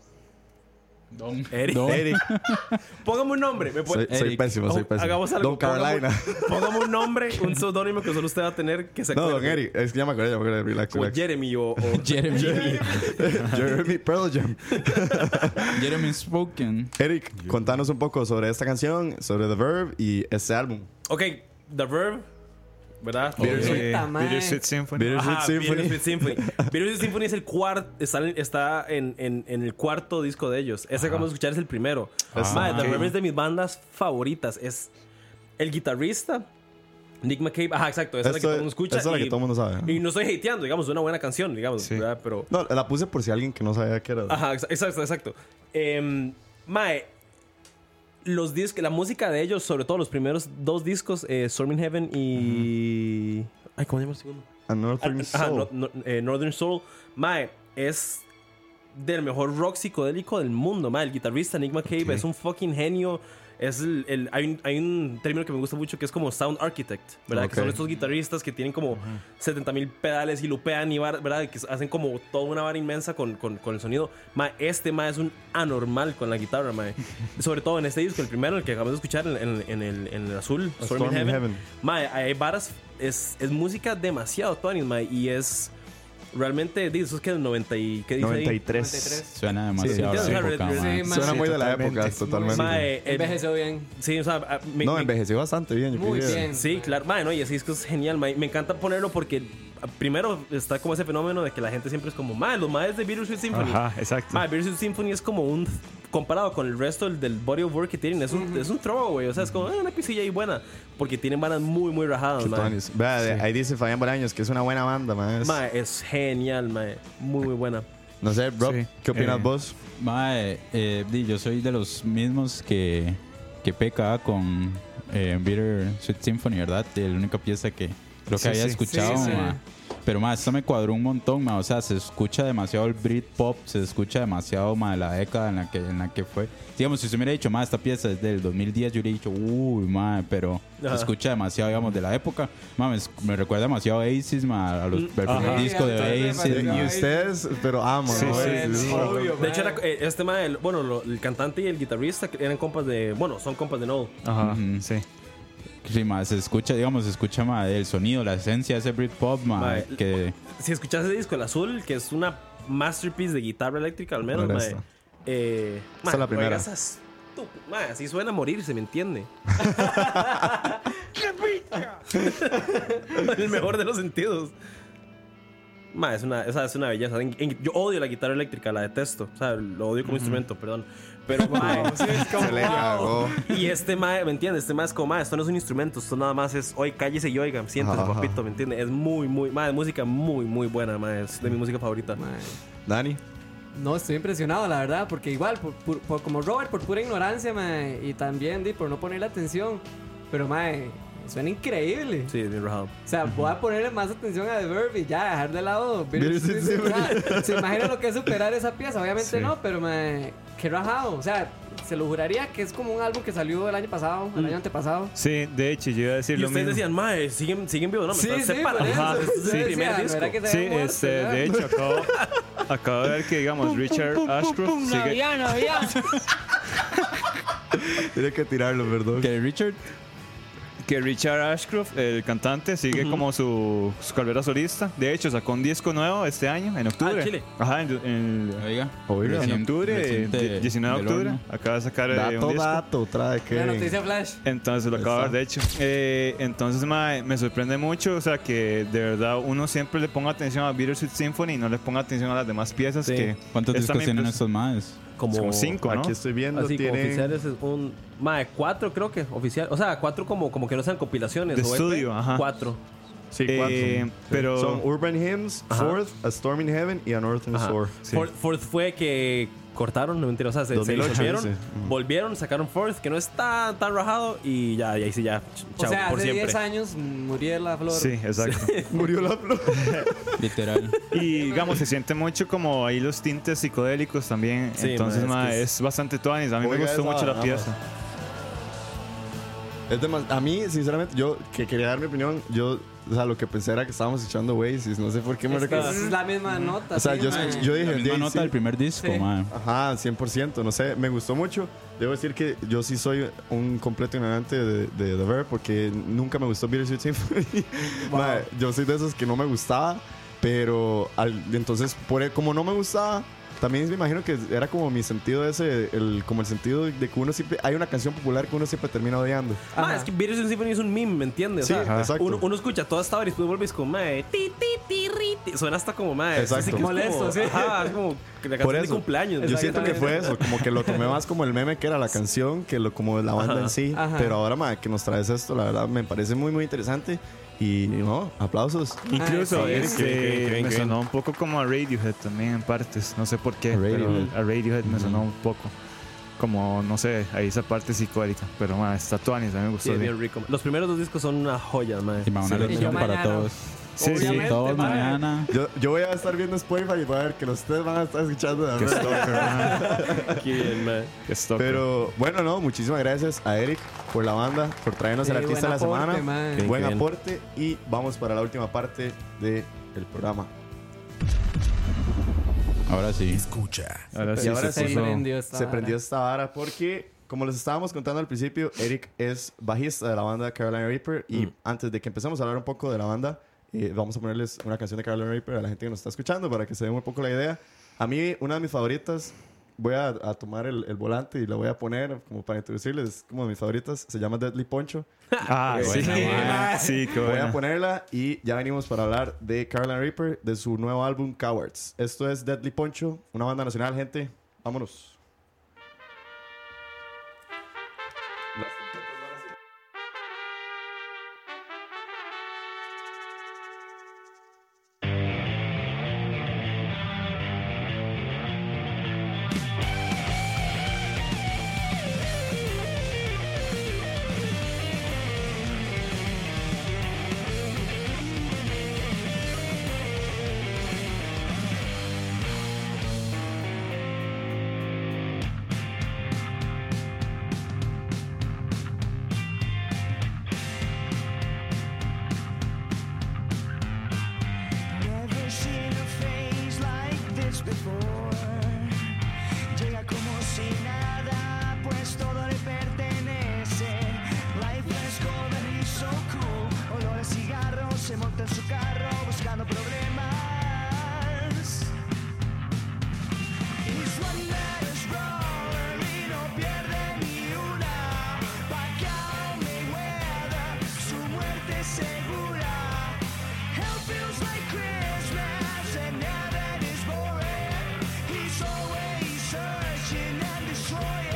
Eric. Eric. Póngame un nombre. Soy pésimo, soy pésimo. Hagamos algo. Don Carolina. Póngame un nombre, un seudónimo que solo usted va a tener que se No, acuerde. Don Eric. Es que ya me acordé, relax, O relax. Jeremy o Jeremy. Jeremy Pearl Jam. Jeremy Spoken. Eric, contanos un poco sobre esta canción, sobre The Verve y este álbum. Ok, The Verve, ¿verdad? Puta madre. Bittersweet Symphony. Bittersweet Ajá, Symphony. Bittersweet Symphony. Bittersweet Symphony es el está en el cuarto disco de ellos. Ese que vamos a escuchar es el primero. Mae, The Verve es de mis bandas favoritas. Es el guitarrista Nick McCabe. Ajá, exacto. Esa es la que todo el mundo escucha. Esa es la que todo el mundo sabe. Y no estoy hateando, digamos, es una buena canción, digamos, Sí. ¿verdad? Pero... No, la puse por si alguien que no sabía qué era. Ajá, exacto. Mae, los discos, la música de ellos, sobre todo los primeros dos discos, Storm in Heaven y... Ay, ¿cómo se llama el segundo? A Northern Ajá, Soul. Northern Soul. Mae, es del mejor rock psicodélico del mundo, mae. El guitarrista Nick McCabe es un fucking genio. Es hay un término que me gusta mucho que es como sound architect, ¿verdad? Ok. Que son estos guitarristas que tienen como 70,000 pedales y lupean y ¿verdad? Que hacen como toda una vara inmensa con el sonido. Mae, mae es un anormal con la guitarra, mae. Sobre todo en este disco, el primero, el que acabamos de escuchar en el azul, A Storm in Heaven. Mae, hay varas, es música demasiado tuanis, mae, y es realmente, eso es que el 90 y... ¿qué dice ahí? 93. Suena demasiado Sí, a la sí, época, sí, man. sí, man. Suena Sí, muy de la totalmente. época, totalmente. Mae, Envejeció bien. sí, o sea, No, envejeció bastante bien. Yo Muy creo. bien. Sí, claro, mae, no, y ese disco es genial, mae. Me encanta ponerlo porque primero está como ese fenómeno de que la gente siempre es como, mae, los maes de Bittersweet Symphony. Ajá, exacto. Mae, Bittersweet Symphony es como un, comparado con el resto del body of work que tienen, es un throwaway, o sea, es como una pisilla ahí buena, porque tienen bandas muy, muy rajadas, mae. Tuanis. Vea, ahí dice Fabián Bolaños que es una buena banda, man. Mae, es genial, mae, muy, muy buena. No sé, Rob, Sí. ¿qué opinas vos? Mae, yo soy de los mismos que peca con Bittersweet Symphony, ¿verdad? La única pieza que creo que Sí, había sí. escuchado, Sí, sí. mae. Pero mae, esto me cuadró un montón, mae. O sea, se escucha demasiado el Britpop, se escucha demasiado, mae, la década en la que fue. Digamos, si usted me hubiera dicho, mae, esta pieza es del 2010, yo hubiera dicho, uy, mae, pero se Ajá. escucha demasiado, digamos, de la época. Mae, me recuerda demasiado a Oasis, mae, al primer disco de Sí, Oasis, sí, mae. Y ustedes, pero amo, Sí, ¿no? sí, Sí. Obvio, De hecho, man. este mae, el cantante y el guitarrista eran compas de, bueno, son compas de Noel. Ajá, Ujú. sí. Sí, mae, se escucha, digamos, se escucha, mae, el sonido, la esencia de ese Britpop, mae, Mae, que... Si escuchas ese disco, el azul, que es una masterpiece de guitarra eléctrica, al menos, Ahora mae. esta. Esta es la primera. Así suena a morir, se me entiende. En el mejor de los sentidos. Mae, es una belleza. Yo odio la guitarra eléctrica, la detesto. O sea, lo odio como instrumento, perdón. Pero, mae, Se le cagó. y este mae, ¿me entiendes? Este mae es como, mae, esto no es un instrumento, esto nada más es, oye, cállese y oiga, siéntese, Ajá. papito, ¿me entiendes? Es muy, mae, es música muy, muy buena, mae, es de mi música favorita. Mae. Dani. No, estoy impresionado, la verdad, porque igual, por como Robert, por pura ignorancia, mae, y también por no ponerle atención, pero mae, suena increíble. Sí, bien rajado. O sea, voy a ponerle más atención a The Verve y ya dejar de lado Bittersweet Bittersweet. O sea, ¿se imagina lo que es superar esa pieza? Obviamente Sí. no, pero mae, qué rajado. O sea, se lo juraría que es como un álbum que salió el año pasado, el año antepasado. Sí, de hecho, yo iba a decir Y lo ustedes mismo. decían, mae, siguen vivos, no, me Sí, están sí, separando. por eso. Ajá, Yo Sí, decía, primer ¿no disco. era que se Sí, había muerto, ya? de hecho, acabo de ver que, digamos, Richard Ashcroft sigue... Tiene que tirarlo, perdón. Que Richard, Que Richard Ashcroft, el cantante, sigue como su carrera solista. De hecho, sacó un disco nuevo este año, en octubre. Ah, Chile. Ajá, en oiga, Oiga. en octubre, reciente 19 de del octubre. horno. Acaba de sacar un Dato, disco. dato, trae La que. noticia flash. Entonces lo acabo de ver, de hecho. Entonces me sorprende mucho, o sea, que de verdad uno siempre le ponga atención a Bittersweet Symphony y no le ponga atención a las demás piezas. Sí. Que ¿cuántos es discos también, tienen pues, estos maes? como 5, ¿no? Aquí estoy viendo, Así como tiene. oficiales es un... Mae, 4 creo que, oficial. O sea, 4 como que no sean compilaciones. De o EP, estudio, ajá. 4. Sí, 4. pero Son Urban Hymns, Ajá. Fourth, A Storm in Heaven y A Northern Ajá. Shore. Sí. Fourth fue que cortaron, no mentira, o sea, se 2008, disolvieron, dice. volvieron, sacaron Fourth, que no está tan rajado, y ya, y ahí sí, ya, O chao, sea, por hace siempre. 10 años murió la flor. Sí, exacto. Murió la flor. Literal. Y digamos, se siente mucho como ahí los tintes psicodélicos también. Sí, Entonces, ma, ma, es que es bastante tuanis. A mí me Oiga gustó esa mucho la vara, pieza. A mí, sinceramente, yo que quería dar mi opinión, yo, o sea, lo que pensé era que estábamos echando Oasis. No sé por qué me recuerdo. Es la misma nota. O sea, sí, yo, mae. yo dije, La misma "Di, nota sí". del primer disco, Sí. mae. Ajá, 100%, no sé, me gustó mucho. Debo decir que yo sí soy un completo ignorante de The Verve porque nunca me gustó Bittersweet Symphony. Mae, yo soy de esos que no me gustaba, pero entonces, como no me gustaba, también me imagino que era como mi sentido ese, como el sentido de que uno siempre, hay una canción popular que uno siempre termina odiando. Ma, Ajá. es que Bittersweet Symphony es un meme, ¿me entiendes? Sí, o sea, exacto. uno escucha toda esta hora y después vuelves con mae, ti, ti, ti, ri, ti. Suena hasta como mae. Exacto. que es Molesto, como, sí. Ajá, es como que la Por canción de eso, cumpleaños. yo siento que fue eso, como que lo tomé más como el meme que era la canción, que como la banda Ajá. en sí. Ajá. Pero ahora, mae, que nos traes esto, la verdad me parece muy, muy interesante. Y no, aplausos. Incluso sí, me sonó un poco como a Radiohead también en partes. No sé por qué, pero a Radiohead me sonó un poco. Como, no sé, ahí esa parte psicodélica. Pero, ma, está tuanis, a mí me gustó. Sí, es bien. bien rico. Los primeros 2 discos son una joya, mae. Y mae, una Sí. lección Y yo para mañana. todos. Sí, sí. Obviamente, Todos mae. mañana. Yo voy a estar viendo Spotify y voy a ver que ustedes van a estar escuchando de Qué verdad. stalker, ma. Qué bien, mae. Qué stalker. Pero bueno, no, muchísimas gracias a Eric por la banda, por traernos Sí, el artista de la buen aporte, semana. mae. Qué Buen bien. aporte y vamos para la última parte del programa. Ahora sí. Escucha. Ahora sí, Y ahora se sí, puso- prendió esta Se vara. prendió esta vara porque, como les estábamos contando al principio, Eric es bajista de la banda Carolina Reaper. Y antes de que empecemos a hablar un poco de la banda, vamos a ponerles una canción de Carolina Reaper a la gente que nos está escuchando para que se den un poco la idea. A mí, una de mis favoritas, voy a tomar el volante y la voy a poner como para introducirles, es como de mis favoritas, se llama Deadly Poncho. Ah, sí. Sí, qué Voy a buena. ponerla y ya venimos para hablar de Carolina Reaper, de su nuevo álbum Cowards. Esto es Deadly Poncho, una banda nacional, gente. Vámonos. Never seen a face like this before. Llega como si nada, pues todo le pertenece. Life is golden, he's so cool. Olor a cigarro, se monta en su carro buscando problemas. He's one that is roller y no pierde ni una. Pacquiao Mayweather, su muerte es segura. Hell feels like Christmas and heaven is boring. He's always searching and destroying.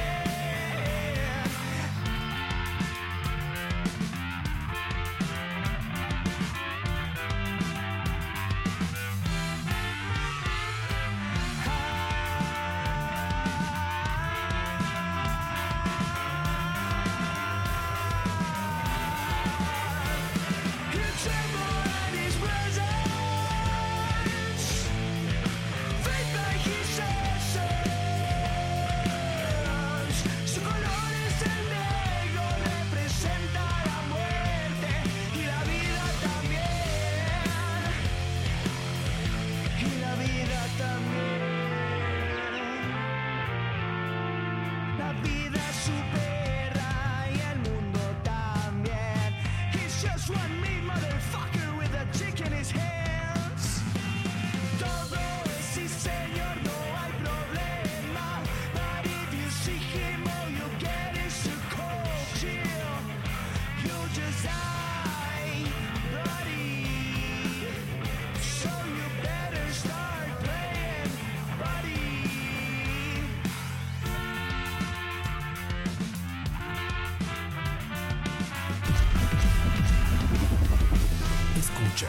escucha.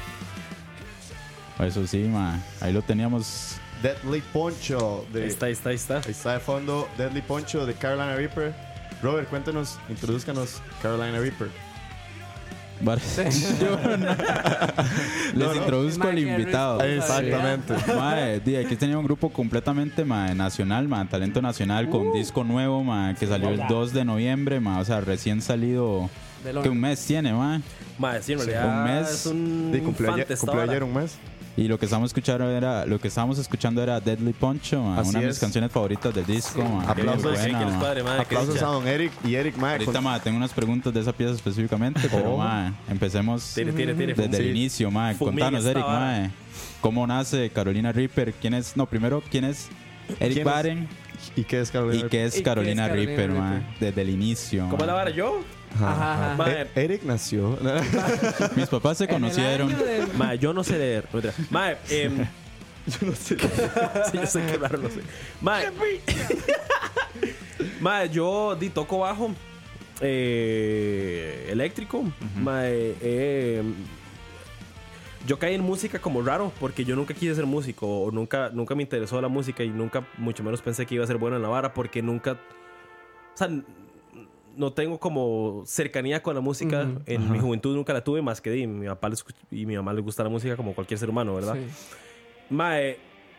Eso sí, ma. Ahí lo teníamos. Deadly Poncho. Ahí está. Ahí está de fondo Deadly Poncho de Carolina Reaper. Robert, cuéntanos, introduzcanos Carolina Reaper. Yo no- Les introduzco al invitado. Exactamente. Mae, aquí tenía un grupo completamente nacional, talento nacional, con disco nuevo, que salió el 2 de noviembre, o sea, recién salido. Del Que un mes tiene, mae. Mae, sí, en realidad un mes. es un Sí, cumplió infante esta cumplió vara. ayer un mes. Y lo que estábamos escuchando era Deadly Poncho, Así una de mis es. canciones favoritas del disco. Qué Aplausos. buena, Que les ma. padre, mae, Aplausos que a don Eric y Eric Mae. Ahorita, tengo unas preguntas de esa pieza específicamente, pero empecemos Tire. desde el Sí. inicio, mae. Fumigue Contanos, esta Eric, vara. mae. ¿Cómo nace Carolina Reaper? ¿Quién es Eric ¿Quién es? Baren? ¿Y qué es Carolina ¿Y qué es Carolina Carolina Reaper, Reaper? mae? Desde el inicio. ¿Cómo es la vara? ¿Yo? Ajá. Mae, Eric nació. Mis papás se conocieron. mae, yo no sé leer. No, mentira. Mae, yo no sé leer. Sí, yo sé que raro, no sé. Mae, mae, yo toco bajo eléctrico. Mae, yo caí en música como raro porque yo nunca quise ser músico o nunca me interesó la música y nunca, mucho menos pensé que iba a ser bueno en la vara porque nunca, o sea, no tengo como cercanía con la música. En mi juventud nunca la tuve más que mi papá y mi mamá les gusta la música como cualquier ser humano, ¿verdad? Sí. Mae,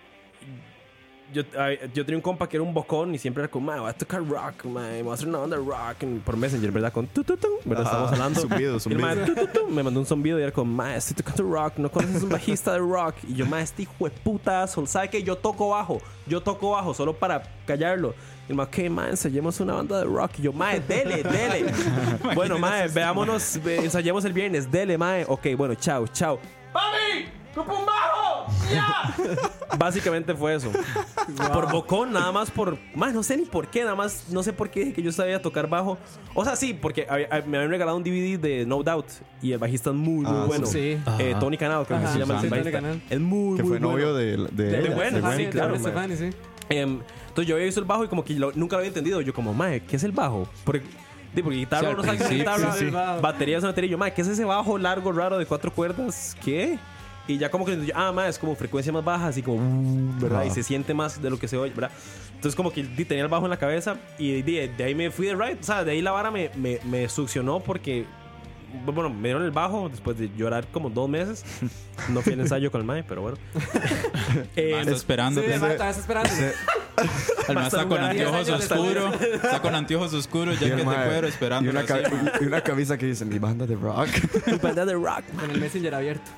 yo tenía un compa que era un bocón y siempre era como, mae, voy a tocar rock, mae, voy a hacer una banda de rock por Messenger, ¿verdad? Con ¿verdad? Estamos hablando. Zumbido. Y el mae, me mandó un zumbido y era como, mae, estoy tocando rock, no conoces un bajista de rock. Y yo, mae, este hijo de puta, ¿sabe qué? Yo toco bajo, solo para callarlo. Y el mae, ¿qué, mae? Ensayemos una banda de rock. Y yo, mae, dele. Bueno, mae, veámonos, ensayemos el viernes, dele, mae. Ok, bueno, chao. ¡Papi! ¡Copa un bajo! ¡Ya! Básicamente fue eso. Por bocón, nada más por... Mae, no sé ni por qué, nada más... No sé por qué dije que yo sabía tocar bajo. O sea, sí, porque me habían regalado un DVD de No Doubt. Y el bajista es muy bueno. sí. Tony Canal, creo que Ajá, se llama el sí, Tony bajista. Canal. Es muy Que fue bueno. novio de bueno, de sí, claro, mae. Estefani, sí. Entonces yo había visto el bajo y como que nunca lo había entendido. Yo como, mae, ¿qué es el bajo? Porque guitarra Sí, no al sabe qué es principio, guitarra, sí. batería es una batería. Yo, mae, ¿qué es ese bajo largo, raro de 4 cuerdas? ¿Qué? Y ya como que, mae, es como frecuencia más baja, así como, ¿verdad? Y se siente más de lo que se oye, ¿verdad? Entonces como que tenía el bajo en la cabeza y de ahí me fui de right. O sea, de ahí la vara me succionó porque, bueno, me dieron el bajo después de llorar como 2 meses. No fui al ensayo con el mae, pero bueno. Está esperando. Sí, estás esperando. El mae está con Bastante anteojos buena. oscuros. Está con anteojos oscuros, ya Y el que te mae- cuero y esperando. una, y una camisa que dice mi banda de rock. Mi banda de rock. Con el Messenger abierto.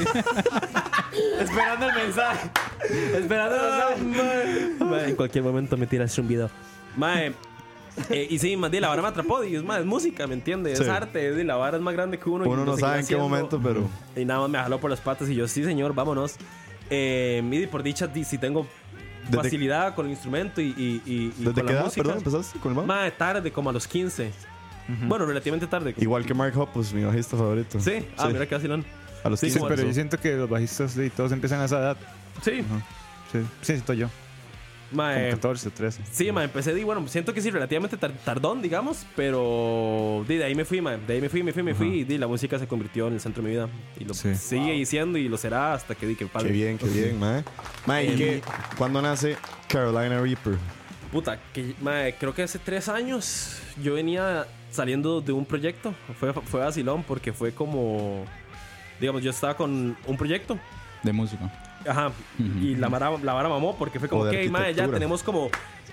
Esperando el mensaje. Esperando el mensaje. Mae, en cualquier momento me tiras un video. Mae, y sí, más la vara me atrapó. Y es música, ¿me entiendes? Sí. Es arte. La vara es más grande que uno. y Uno lo no seguirá sabe en qué haciendo. momento, pero Y nada más me jaló por las patas. Y yo, sí, señor, vámonos. Y por dicha, si tengo Desde- facilidad con el instrumento y ¿desde con qué la edad, música. perdón, empezaste con el bajo? Mae, tarde, como a los 15. Bueno, relativamente tarde. Igual que Mark Hoppus, mi bajista favorito. Sí. Mira qué vacilón. A los Sí, 15. Sí, pero yo siento que los bajistas y todos empiezan a esa edad. Sí. Sí, siento yo. Como Mae, 14 o 13. sí, mae, empecé bueno, siento que sí, relativamente tardón, digamos, pero de ahí me fui, mae, de ahí me fui y la música se convirtió en el centro de mi vida y lo Sí. sigue siendo y lo será hasta que di que Qué bien, mae. Mae, ¿y cuándo nace Carolina Reaper? Puta, que, mae, creo que hace 3 años yo venía saliendo de un proyecto, fue vacilón porque fue como, digamos, yo estaba con un proyecto. De música. Ajá, y la vara mamó porque fue como, O de ok, mae, ya arquitectura. tenemos como...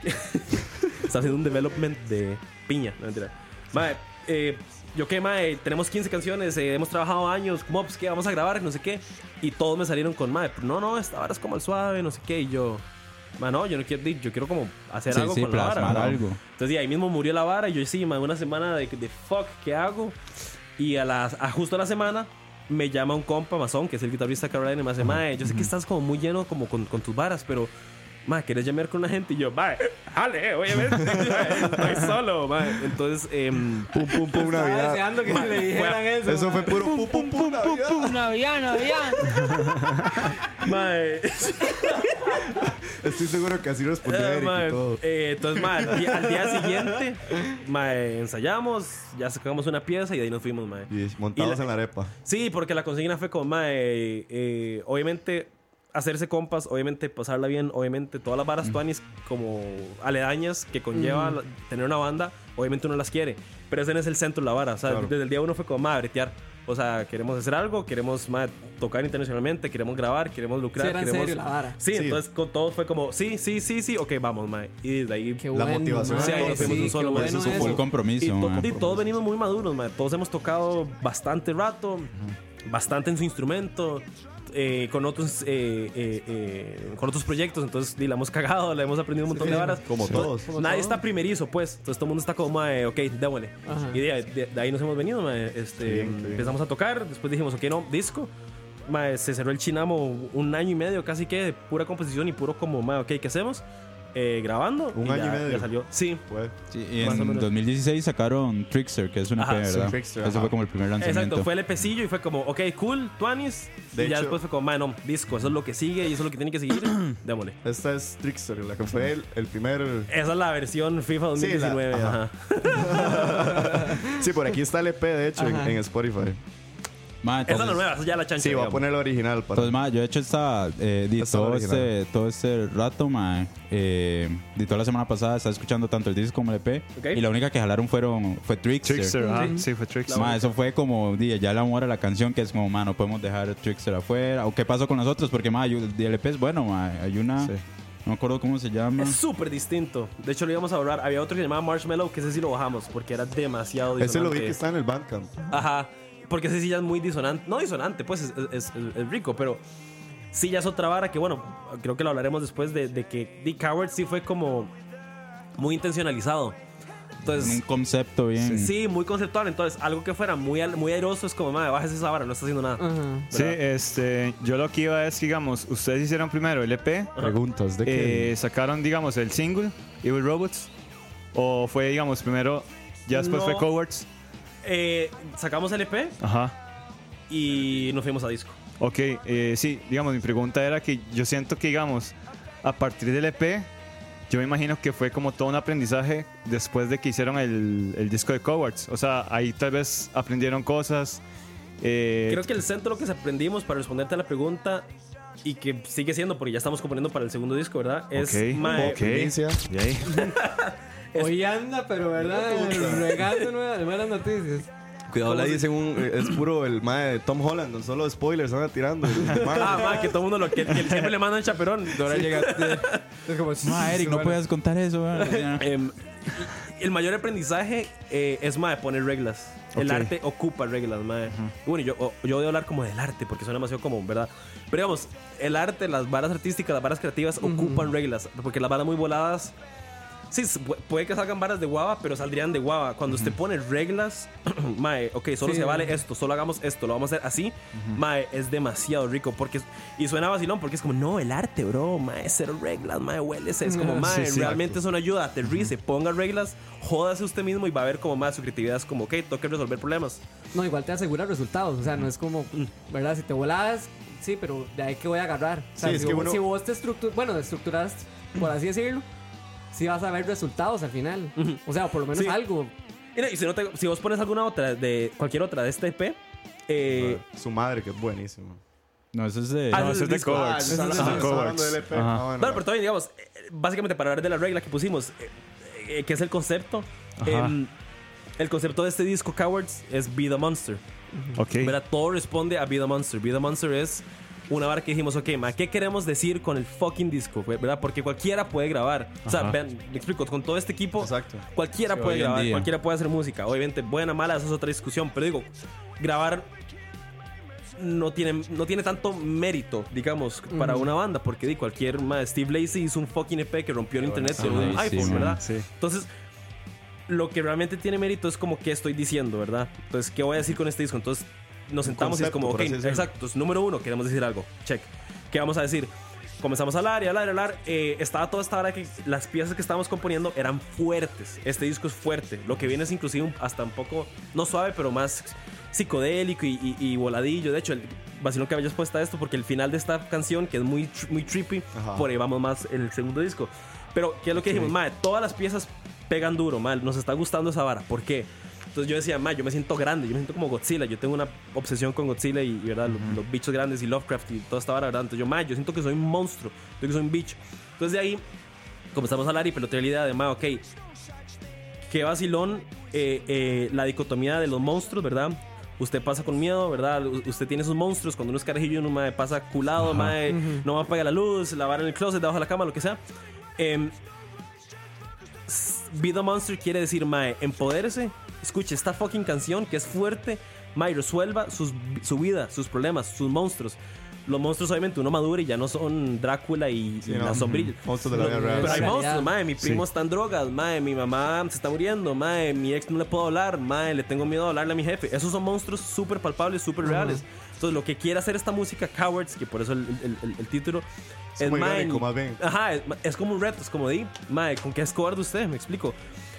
Está haciendo un development de piña, no mentira. Mae, yo qué, mae, tenemos 15 canciones, hemos trabajado años, ¿cómo? Pues que vamos a grabar, no sé qué. Y todos me salieron con, mae, no, esta vara es como el suave, no sé qué. Y yo, mae, no, yo no quiero, yo quiero como hacer Sí, algo sí, con la vara. plasmar ¿no? algo. Entonces, y ahí mismo murió la vara y yo, sí, mae, una semana de fuck, ¿qué hago? Y justo a la semana me llama un compa masón, que es el guitarrista de Carolina, y me dice, mae, yo sé que estás como muy lleno como con tus varas, pero, mae, ¿quieres llamar con una gente? Y yo, mae, jale, obviamente, estoy solo, mae. Entonces, Pum, pum, pum, Estaba Navidad. deseando que le dijeran eso. Eso fue puro pum, pum, pum, Navidad. Navidad. mae, Estoy seguro que así respondió Eric Mae, y todo. entonces, mae, al día siguiente, mae, ensayamos, ya sacamos una pieza y de ahí nos fuimos, mae. Y montados Y la- en la arepa. Sí, porque la consigna fue como, mae, obviamente hacerse compas, obviamente pasarla bien, obviamente todas las varas tuanis como aledañas que conlleva tener una banda, obviamente uno las quiere, pero ese no es el centro de la vara, o sea, Claro. desde el día uno fue como, mae, bretear. O sea, queremos hacer algo, queremos mae, tocar internacionalmente, queremos grabar, queremos lucrar. Sí, era en queremos... serio la vara. Sí, Sí. entonces con todos fue como, sí, ok, vamos, mae. Y desde ahí Qué La bueno, motivación. mae, Sí, ahí nos fuimos un solo, qué mae, bueno eso Fue eso. el compromiso, mae. y todos venimos muy maduros, mae. Todos hemos tocado bastante rato, bastante en su instrumento, con otros proyectos. Entonces, la hemos cagado, le hemos aprendido un montón de varas. Como todos. Nadie está primerizo, pues. Entonces, todo el mundo está como, mae, ok, démosle. Ajá. Y de ahí nos hemos venido, mae. bien. Empezamos a tocar, después dijimos, ok, no, disco. Mae, se cerró el Chinamo 1 año y medio, casi que de pura composición y puro como, mae, ok, ¿qué hacemos? Grabando. Un año y medio. Ya salió. Sí. Fue. Sí, y Más o en menos. 2016 sacaron Trickster, que es una EP, Ajá, sí, ¿verdad? Trickster, Eso ajá. fue como el primer lanzamiento. Exacto, fue el EPcillo y fue como, ok, cool, tuanis. De Y ya hecho- después fue como, man, no, disco, eso es lo que sigue y eso es lo que tiene que seguir. Démosle. Esta es Trickster, la que fue el primer. Esa es la versión FIFA 2019. Sí, ajá. Sí, por aquí está el EP, de hecho, Ajá. en Spotify. Ma, Esa es la entonces- nueva, esa ya la chancha. Sí, voy a digamos. poner el original para. Entonces, ma, yo de hecho estaba Esta es todo la todo este rato, ma, y toda la semana pasada estaba escuchando tanto el disco como el EP, Ok. y la única que jalaron fue Trickster. Trickster, ajá. Sí, fue Trickster. Ma, eso fue como, ya el amor a la canción, que es como, ma, no podemos dejar Trickster afuera. ¿O qué pasó con nosotros? Porque, ma, el EP es bueno, ma. Hay una, Sí. no me acuerdo cómo se llama. Es súper distinto. De hecho, lo íbamos a borrar. Había otro que se llamaba Marshmallow, que ese sí lo bajamos porque era demasiado disonante. Ese lo vi que está en el Bandcamp. Ajá. Porque ese sí ya es muy disonante. No disonante, pues es rico, pero sí ya es otra vara que, bueno, creo que lo hablaremos después de que The Coward sí fue como muy intencionalizado. Entonces, Un concepto bien. sí, muy conceptual. Entonces, algo que fuera muy airoso es como, madre, bájese esa vara, no está haciendo nada. Ajá. Sí, yo lo que iba es, digamos, ustedes hicieron primero el EP, Preguntas de qué. sacaron, digamos, el single, Evil Robots, o fue, digamos, primero, ya después No. fue Cowards. Sacamos el EP Ajá. y nos fuimos a disco. Ok, sí, digamos, mi pregunta era que yo siento que, digamos, a partir del EP, yo me imagino que fue como todo un aprendizaje después de que hicieron el disco de Cowards. O sea, ahí tal vez aprendieron cosas. Creo que el centro lo que aprendimos para responderte a la pregunta y que sigue siendo porque ya estamos componiendo para el segundo disco, ¿verdad? Es Ok, mae, ok. Primicia. Y ahí. Hoy anda, pero verdad, regando nuevas noticias. Cuidado, le dicen es puro el mae de Tom Holland, no solo spoilers, van tirando. mae, que todo el mundo que siempre le mandan chaperón. Ahora llega, Es como, ma, Eric, no puedes contar eso, ¿verdad? El mayor aprendizaje es mae, poner reglas. El Ok. arte ocupa reglas, mae. Bueno, yo odio hablar como del arte porque suena demasiado común, ¿verdad? Pero digamos, el arte, las varas artísticas, las varas creativas ocupan reglas. Porque las varas muy voladas. Sí, puede que salgan varas de guava, pero saldrían de guava. Cuando usted pone reglas, mae, ok, solo Sí. se vale esto, solo hagamos esto, lo vamos a hacer así, mae, es demasiado rico. Y suena vacilón porque es como, no, el arte, bro, mae, cero reglas, mae, huélese. Es como, mae, sí, realmente eso no ayuda, aterrice, ponga reglas, jódase usted mismo y va a ver como más su creatividad es como, ok, toque resolver problemas. No, igual te asegura resultados. O sea, no es como, ¿verdad? Si te volabas, sí, pero de ahí que voy a agarrar. O sea, Sí, es si, que vos, uno- si vos te estructuras, por así decirlo, sí vas a ver resultados al final. O sea, por lo menos Sí. algo. Y si vos pones alguna otra, de cualquier otra de este EP, Su madre, que es buenísima. No, eso es de... Ah, No, ese es de disco. Cowards. está Ese es de hablando del Cowards. EP. Ajá. bueno, Bueno, pero todavía, digamos, básicamente para hablar de la regla que pusimos, que es el concepto. Ajá. El concepto de este disco, Cowards, es Be the Monster. Ok. ¿Verdad? Todo responde a Be the Monster. Be the Monster es una vara que dijimos, ok, ma, ¿qué queremos decir con el fucking disco? ¿Verdad? Porque cualquiera puede grabar. O sea, Ajá. vean, me explico, con todo este equipo, Exacto. cualquiera Sí, puede hoy en grabar, día. cualquiera puede hacer música. Obviamente, buena, mala, eso es otra discusión. Pero digo, grabar no tiene tanto mérito, digamos, para una banda, porque di, cualquier Steve Lacy hizo un fucking EP que rompió el internet en un Lacy, iPhone, man. ¿verdad? Sí. Entonces, lo que realmente tiene mérito es como qué estoy diciendo, ¿verdad? Entonces, ¿qué voy a decir con este disco? Entonces, nos sentamos y es concepto, como, por ok, así decirlo. exacto. Entonces, número uno, queremos decir algo. Check. ¿Qué vamos a decir? Comenzamos a hablar y hablar y hablar. Estaba toda esta hora que las piezas que estábamos componiendo eran fuertes. Este disco es fuerte. Lo que viene es inclusive hasta un poco, no suave, pero más psicodélico y voladillo. De hecho, el vacilón que hayas puesto esto, porque el final de esta canción, que es muy trippy, por ahí vamos más en el segundo disco. Pero, ¿qué es lo que dijimos? Mae, todas las piezas pegan duro, mal. Nos está gustando esa vara. ¿Por qué? Entonces yo decía, mae, yo me siento grande, yo me siento como Godzilla. Yo tengo una obsesión con Godzilla y ¿verdad? Los bichos grandes y Lovecraft y toda esta vara, ¿verdad? Entonces yo, mae, yo siento que soy un monstruo, yo que soy un bicho. Entonces de ahí comenzamos a hablar y peloteé la idea de, mae, ok, qué vacilón la dicotomía de los monstruos, ¿verdad? Usted pasa con miedo, ¿verdad? Usted tiene sus monstruos. Cuando uno es carajillo, uno mae, pasa culado, mae, no va a apagar la luz, la vara en el closet, debajo de la cama, lo que sea. Be the Monster quiere decir, mae, empodérese, escuche esta fucking canción que es fuerte, mae, resuelva su vida, sus problemas, sus monstruos. Los monstruos obviamente uno madura y ya no son Drácula y la sombrilla. Monstruos de la vida real. Pero hay Realidad. monstruos, mae, mi primo está en drogas, mae, mi mamá se está muriendo, mae, mi ex no le puedo hablar, mae, le tengo miedo a hablarle a mi jefe. Esos son monstruos súper palpables, súper reales. Entonces lo que quiere hacer esta música, Cowards, que por eso el título, Es muy mae, irónico, más bien. Ajá, es como un reto, es como di, mae, ¿con qué es cobarde usted? Me explico.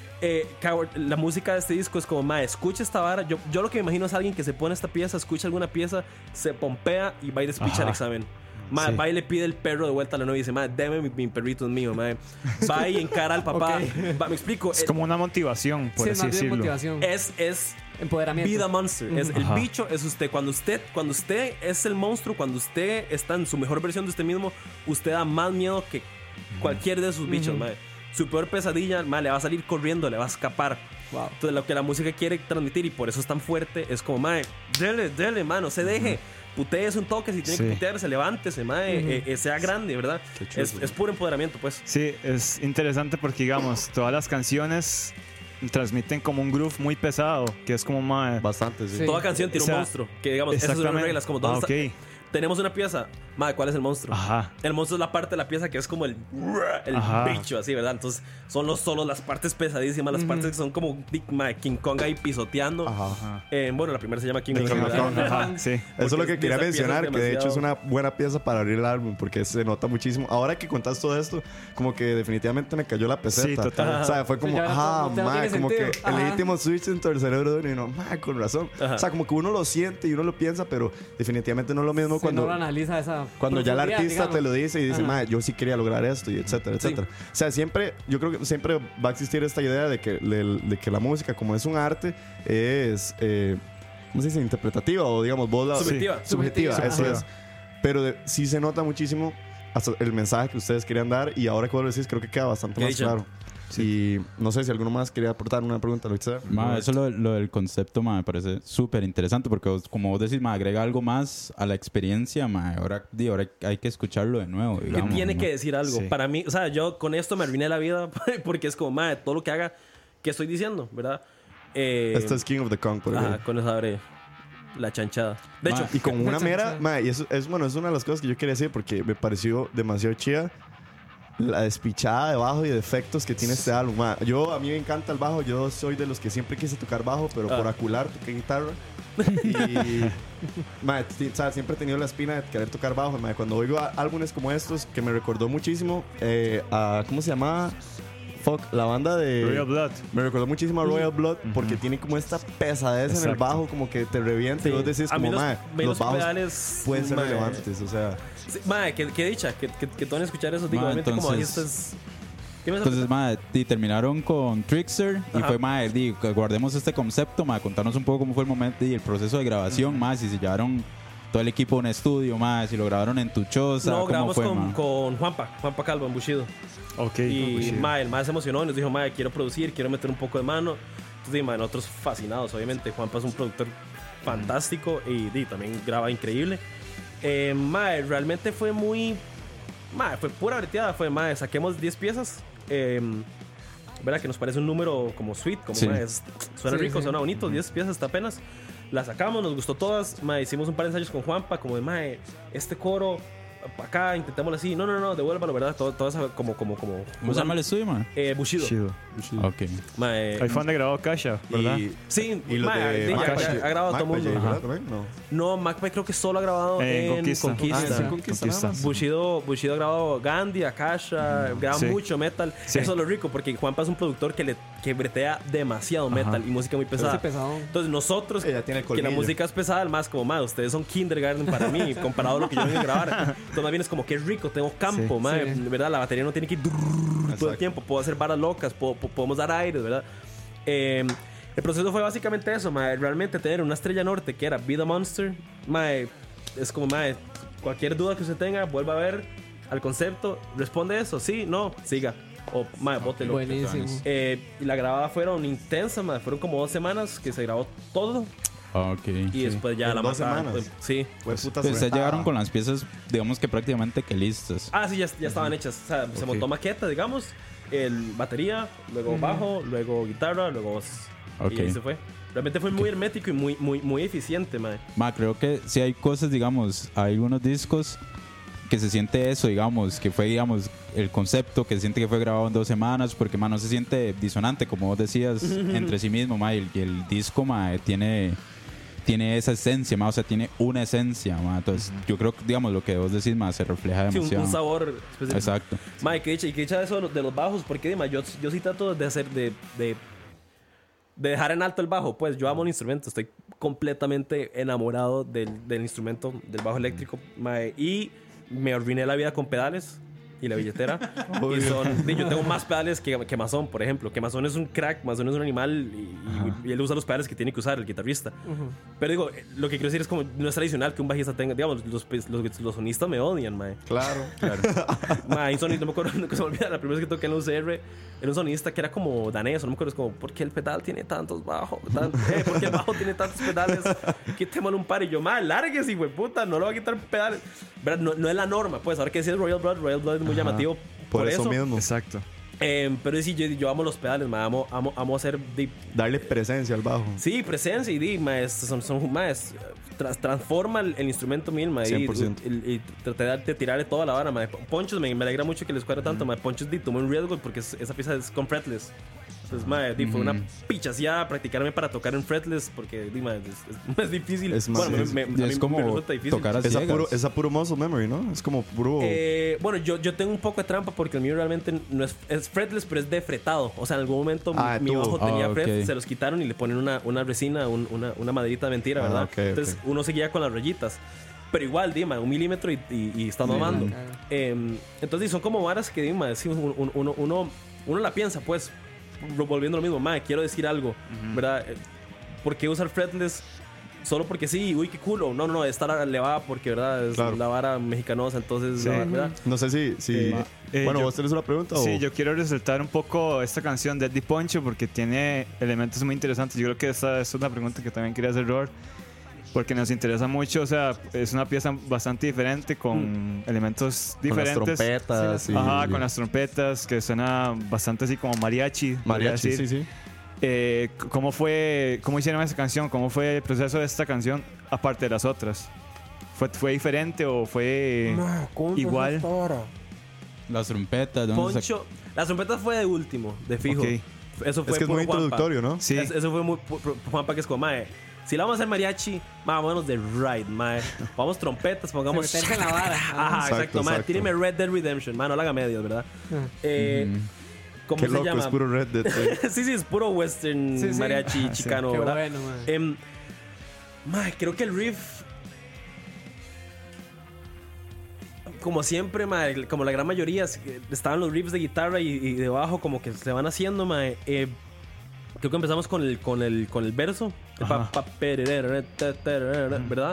Coward, la música de este disco es como, mae, escucha esta vara. Yo lo que me imagino es alguien que se pone esta pieza, escucha alguna pieza, se pompea y va y despicha el examen. Mae, va y le pide el perro de vuelta a la novia y dice, mae, deme mi perrito, es mío, mae. Va y encara al papá. Me explico. Es como una motivación, por Sí, así más bien decirlo. motivación. Es Empoderamiento. Be the Monster. Es, el bicho es usted. Cuando usted es el monstruo, cuando usted está en su mejor versión de usted mismo, usted da más miedo que cualquier de sus bichos, mae. Su peor pesadilla, mae, le va a salir corriendo, le va a escapar. Wow. Entonces lo que la música quiere transmitir, y por eso es tan fuerte, es como, mae, dele, mano, se deje. Putees un toque, si tiene que putearse, levántese, mae, sea grande, ¿verdad? Es puro empoderamiento, pues. Sí, es interesante porque, digamos, todas las canciones transmiten como un groove muy pesado, que es como más... Bastante, sí. Sí. Toda canción tiene O sea, un monstruo. Que digamos, esas son las exactamente. reglas. Como ¿dónde ok. tenemos una pieza, madre, ¿cuál es el monstruo? Ajá. El monstruo es la parte de la pieza que es como el Ajá. bicho, así, ¿verdad? Entonces, son solo las partes pesadísimas, las partes que son como King Kong ahí pisoteando. Ajá. Bueno, la primera se llama King King Kong. Kong, ¿verdad? Ajá, sí. Eso es lo Porque que quería esa pieza es mencionar, que de hecho es demasiado- una buena pieza para abrir el álbum, porque se nota muchísimo. Ahora que contás todo esto, como que definitivamente me cayó la peseta. Sí, total. O sea, fue como, ya no tiene mae, como que sentido. el Ajá. legítimo switch dentro del cerebro de uno, y no, mae, con razón. Ajá. O sea, como que uno lo siente y uno lo piensa, pero definitivamente no es lo mismo Si cuando... no lo analiza esa Cuando ya el profundidad, artista digamos. te lo dice y dice, Ajá. "Mae, yo sí quería lograr esto", y etcétera, etcétera. O sea, siempre, yo creo que siempre va a existir esta idea de que la música, como es un arte, es, ¿cómo se dice? Interpretativa, o digamos, vos la... Subjetiva. Sí, subjetiva, Subjetiva, eso ajá. es. Pero sí se nota muchísimo hasta el mensaje que ustedes querían dar, y ahora que vos lo decís, creo que queda bastante Qué más dicha. claro. Y no sé si alguno más quería aportar una pregunta, lo que sea. Ma, eso lo del concepto, ma, me parece súper interesante porque como vos decís, ma, agrega algo más a la experiencia, ma, ahora hay que escucharlo de nuevo, Que digamos. tiene ma. que decir algo. Sí. Para mí, o sea, yo con esto me arruiné la vida porque es como, madre, todo lo que haga, ¿qué estoy diciendo? ¿Verdad? Esto es King of the Kong, por ejemplo. Ajá, con eso abre la chanchada. De Ma, hecho, Y con una mera, chanchada. mae, y eso es bueno, es una de las cosas que yo quería decir porque me pareció demasiado chida la despichada de bajo y de efectos que tiene este álbum. Mae. A mí me encanta el bajo, yo soy de los que siempre quise tocar bajo, pero por acular toqué guitarra. Y mae, o sea, siempre he tenido la espina de querer tocar bajo. Mae. Cuando oigo álbumes como estos, que me recordó muchísimo a, ¿cómo se llamaba? Fuck, la banda de... Royal Blood. Me recordó muchísimo a Royal Blood porque tiene como esta pesadez en el Exacto. bajo, como que te revienta y vos decís a mí como, los, mae, ve los bajos pedales, pueden ser mae, relevantes, o sea... Sí, mae, qué dicha, que te van a escuchar eso. Digo, Ma, obviamente, como ahí entonces- estás. ¿Qué me Entonces, ma, terminaron con Trickster y Ajá. fue, ma, guardemos este concepto, ma, contarnos un poco cómo fue el momento y el proceso de grabación, ma, si se llevaron todo el equipo a un estudio, ma, si lo grabaron en tu choza, No, ¿cómo grabamos fue, con, ma? con Juanpa Calvo en Bushido. Ok. Y pues, mae, el más se emocionó y nos dijo, mae, quiero producir, quiero meter un poco de mano. Entonces, mae, nosotros fascinados, obviamente. Juanpa es un productor fantástico y también graba increíble. Mae, realmente fue muy... Mae, fue pura breteada. Fue, mae, saquemos 10 piezas. ¿Verdad? Que nos parece un número como sweet, como, Sí. mae, suena Sí, rico, sí. suena bonito. 10 piezas hasta apenas. Las sacamos, nos gustó todas. Mae, hicimos un par de ensayos con Juanpa, como de, mae, este coro... Acá intentémoslo así. No, devuélvalo, ¿verdad? Todo eso como... ¿Cómo se llama el estudio, ma? Bushido. chido. Ok. Mae, Ahí fue donde grabó Kasha, ¿verdad? sí, Y los mae, de sí, ya- Macpay, ya ha grabado todo el mundo. ¿verdad? Ajá. También, no. No, Macpay creo que solo ha grabado en Conquista. Ah, sí, Conquista, nada más. Bushido ha grabado Gandhi, Akasha, graba Sí. mucho metal. Sí. Eso es lo rico, porque Juanpa es un productor que que bretea demasiado metal y música muy pesada. Sí, pesado. Entonces nosotros, Ella tiene el que la colmillo. música es pesada, el más como, ma, ustedes son kindergarten para mí, comparado a lo que yo vengo a grabar. Entonces más bien es como, qué rico, tengo campo, Sí, ma, sí. ¿verdad? La batería no tiene que ir todo el tiempo, puedo hacer varas locas, podemos dar aires, ¿verdad? El proceso fue básicamente eso, ma, realmente tener una estrella norte que era Be The Monster, ma, es como, ma, cualquier duda que usted tenga, vuelva a ver al concepto, responde eso, sí, no, siga. O, ma, bótelo. Buenísimo. Y la grabada fueron intensas, ma, fueron como 2 semanas que se grabó todo. Ok. Y después ya ¿En la 2 mataron. semanas? Sí. Fue puta Ustedes suerte. llegaron con las piezas, digamos que prácticamente que listas. Ah, sí, ya estaban hechas. O sea, se montó maqueta, digamos. El batería, luego bajo, luego guitarra, luego voz. Ok. Y ahí se fue. Realmente fue muy hermético y muy eficiente, man. Ma, creo que si hay cosas, digamos, hay algunos discos que se siente eso, digamos, que fue, digamos, el concepto, que se siente que fue grabado en 2 semanas, porque, ma, no se siente disonante, como vos decías, entre sí mismo, ma, y el disco, ma, tiene esa esencia, ma, o sea, tiene una esencia, ma, entonces yo creo que, digamos, lo que vos decís, ma, se refleja Sí, demasiado. un sabor específico. Exacto. Ma, que dicha eso de los bajos, porque dime, yo sí trato de hacer, de dejar en alto el bajo. Pues yo amo el instrumento, estoy completamente enamorado del instrumento, del bajo eléctrico, ma, y me arruiné la vida con pedales y la billetera. Yo tengo más pedales que Mazón, por ejemplo. Que Mazón es un crack, Mazón es un animal y él usa los pedales que tiene que usar, el guitarrista. Pero digo, lo que quiero decir es como no es tradicional que un bajista tenga, digamos, los sonistas me odian, mae. Claro. Mae, un sonista, no me acuerdo, nunca se me olvida, la primera vez que toqué en la UCR, era un sonista que era como danés, no me acuerdo, es como, ¿por qué el pedal tiene tantos bajos? ¿Por qué el bajo tiene tantos pedales? Quítemelo un par. Y yo, mae, lárguese, hijo de puta, no le voy a quitar pedales. ¿Verdad? No es la norma, pues, ahora que decís Royal Blood es muy llamativo Por eso mismo. Exacto. pero sí, yo amo los pedales, mae, amo hacer Darle presencia al bajo. sí, presencia y son más transforma el instrumento mil, mae, 100%. y tratar de tirarle toda la vara, mae. Ponchos, me alegra mucho que les cuadre tanto, mae. Ponchos tomó un riesgo porque esa pieza es con fretless. Entonces, mae, fue una pichaseada practicarme para tocar en fretless porque mae, es difícil. Es más bueno, difícil. a mí Es como me resulta difícil. tocar a Es a ciegas. es a puro muscle memory, ¿no? Es como puro... Bueno, yo tengo un poco de trampa porque el mío realmente no es fretless, pero es de fretado. O sea, en algún momento mi tubo. bajo tenía Ah, ok. frets, se los quitaron y le ponen una resina, una maderita de mentira, ¿verdad? ok, Entonces uno seguía con las rayitas. Pero igual, Dima, 1 milímetro y está mamando. Entonces son como varas que, Dima, sí, uno la piensa, pues, volviendo a lo mismo, mae, quiero decir algo, ¿verdad? ¿Por qué usar fretless? Solo porque sí, uy, qué culo. No, esta le va porque, ¿verdad? Es Claro. la vara mexicanosa, entonces, Sí. ¿verdad? No sé si bueno, yo- ¿vos tenés una pregunta? Sí, o? yo quiero resaltar un poco esta canción de Eddie Poncho porque tiene elementos muy interesantes. Yo creo que esa es una pregunta que también quería hacer, Robert, porque nos interesa mucho. O sea, es una pieza bastante diferente con elementos Con las diferentes. trompetas. Ajá, con las trompetas, que suena bastante así como mariachi. podría mariachi, decir. sí. ¿Cómo hicieron esa canción? ¿Cómo fue el proceso de esta canción aparte de las otras? ¿Fue diferente o fue igual? Las trompetas, ¿dónde Poncho, las trompetas fue de último, de fijo. Ok. Eso fue Es que es puro muy Juanpa. introductorio, ¿no? Sí. Eso fue muy Juanpa, que es como, mae, si la vamos a hacer mariachi, vámonos de ride, mae. Vamos trompetas, pongamos. Se meterse en la vara. Ajá, exacto, Exacto, mae. exacto. Tíreme Red Dead Redemption, mae, no la haga medios, ¿verdad? ¿Cómo Qué se loco, llama? es puro Red Dead. Sí. sí, es puro western Sí, sí. mariachi chicano, Qué ¿verdad? bueno, man. Mae, creo que el riff, como siempre, mae, como la gran mayoría, estaban los riffs de guitarra y de bajo como que se van haciendo, mae. Creo que empezamos con el verso, el Ajá. ¿verdad?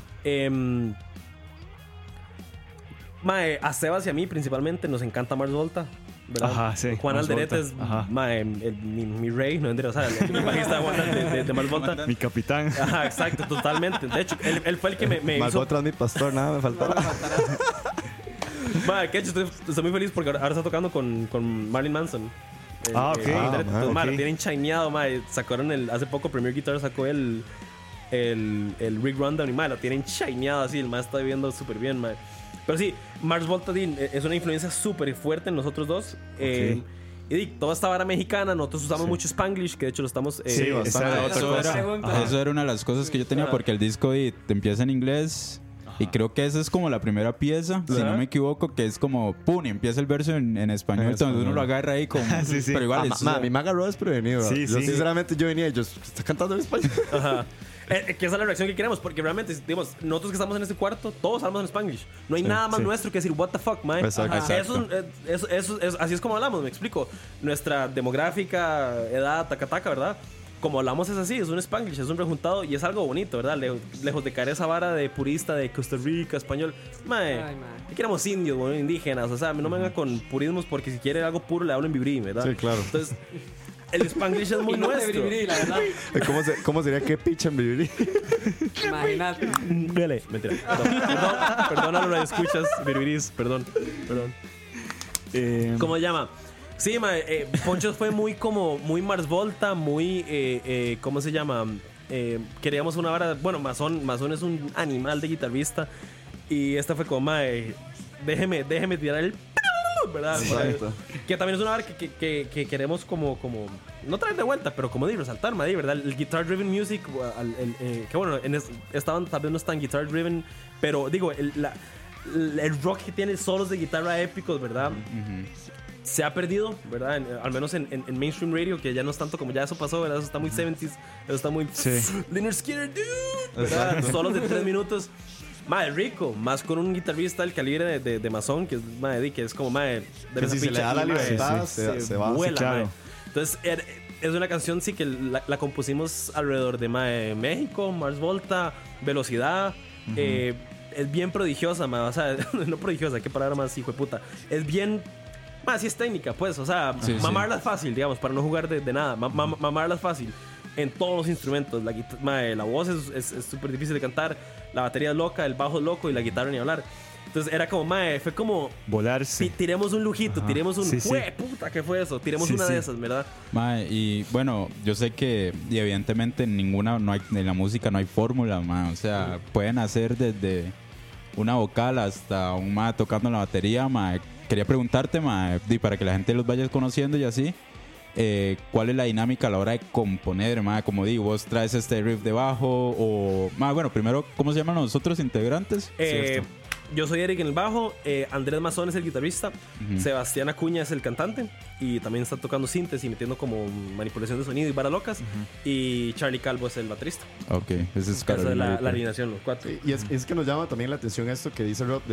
Mae, a Sebas y a mí principalmente nos encanta Mars Volta, ¿verdad? Ajá, sí, Juan Mars Alderete Volta. es Ajá. mae, mi rey, no o sea, el bajista de Mars Volta. Mi capitán. Ajá, exacto, totalmente. De hecho, él fue el que me hizo. Malvo tras mi pastor, nada me faltará. Mae, que hecho, estoy muy feliz porque ahora está tocando con Marilyn Manson. Ah, ok. Entonces, mae, ok. lo tienen chineado, mae. Sacaron hace poco Premier Guitar sacó el Rig Rundown y mae, lo tienen chineado así. El mae está viviendo súper bien, mae. Pero sí, Mars Volta es una influencia súper fuerte en nosotros dos. Y toda esta vara mexicana, nosotros usamos mucho Spanglish, que de hecho lo estamos. Sí, esa bastante. era otra Eso cosa. era, Pregunta. eso era una de las cosas que yo tenía porque el disco te empieza en inglés Y creo que esa es como la primera pieza, si no me equivoco, que es como, pum, y empieza el verso en español, entonces uno lo agarra ahí como... Sí, sí. Pero igual, A mí me agarró desprevenido. Sí, Yo sí. sinceramente yo venía y yo, ¿está cantando en español? Ajá. Que esa es la reacción que queremos, porque realmente, digamos, nosotros que estamos en este cuarto, todos hablamos en Spanglish. No hay nada más sí. nuestro que decir, what the fuck, man. Exacto. Así es como hablamos, me explico. Nuestra demográfica, edad, taca, ¿verdad? Como hablamos es así, es un Spanglish, es un rejuntado y es algo bonito, ¿verdad? Lejos de caer esa vara de purista de Costa Rica, español. Mae, Ay, mae. aquí éramos indios, bueno, indígenas, o sea, no me venga con purismos porque si quiere algo puro le hablo en vibrí, ¿verdad? Sí, claro. Entonces, el Spanglish es muy Y no de nuestro. bribri, la verdad. ¿Cómo sería que picha en vivir? Imagínate. Dele. Mentira. Perdón a los que escuchas, birbiris, perdón. ¿Cómo se llama? Sí, Ponchos fue muy Mars Volta, muy, ¿cómo se llama? Queríamos una vara, bueno, Mazón es un animal de guitarrista y esta fue como, déjeme tirar el... ¿verdad? Exacto. Que también es una vara que queremos como no traer de vuelta, pero como digo, resaltar, ¿verdad? El guitar driven music, que bueno, estaban tal vez no es tan guitar driven, pero digo, el rock que tiene solos de guitarra épicos, ¿verdad? Se ha perdido, ¿verdad? Al menos en mainstream radio, que ya no es tanto como ya eso pasó, ¿verdad? Eso está muy 70s, eso está muy Lynyrd Skynyrd, dude, ¿verdad? Solos de 3 minutos. Madre, rico, más con un guitarrista del calibre de Mazón, que es, madre, que es como, madre, de Que esa si se pinche le da la aquí, madre, libertad, se va. vuela, Sí, claro. madre. Entonces, es una canción, sí, que la compusimos alrededor de México, Mars Volta, velocidad. Es bien prodigiosa, madre, o sea, no prodigiosa, qué palabra más hijo de puta. Es bien... sí es técnica, pues, o sea, mamarla es fácil, digamos, para no jugar de nada. Mamarla es fácil en todos los instrumentos. La voz es súper difícil de cantar, la batería es loca, el bajo es loco y la guitarra ni hablar. Entonces era como, fue como... Volarse. Tiremos un lujito, tiremos un... Sí, sí. ¡Jue puta! ¿Qué fue eso? Tiremos una de esas, ¿verdad? Mae, y bueno, yo sé que y evidentemente en la música no hay fórmula, mae. O sea, pueden hacer desde una vocal hasta un mae tocando la batería, mae. Quería preguntarte, mae, para que la gente los vaya conociendo y así, ¿cuál es la dinámica a la hora de componer, mae? Como digo, vos traes este riff de bajo o... Mae, bueno, primero, ¿cómo se llaman los otros integrantes? Yo soy Eric en el bajo, Andrés Mazón es el guitarrista, Sebastián Acuña es el cantante y también está tocando síntesis y metiendo como manipulación de sonido y varas locas, y Charlie Calvo es el baterista. Ok, ese es Esa es Carolina. la alineación, los 4. Y es que nos llama también la atención esto que dice Rob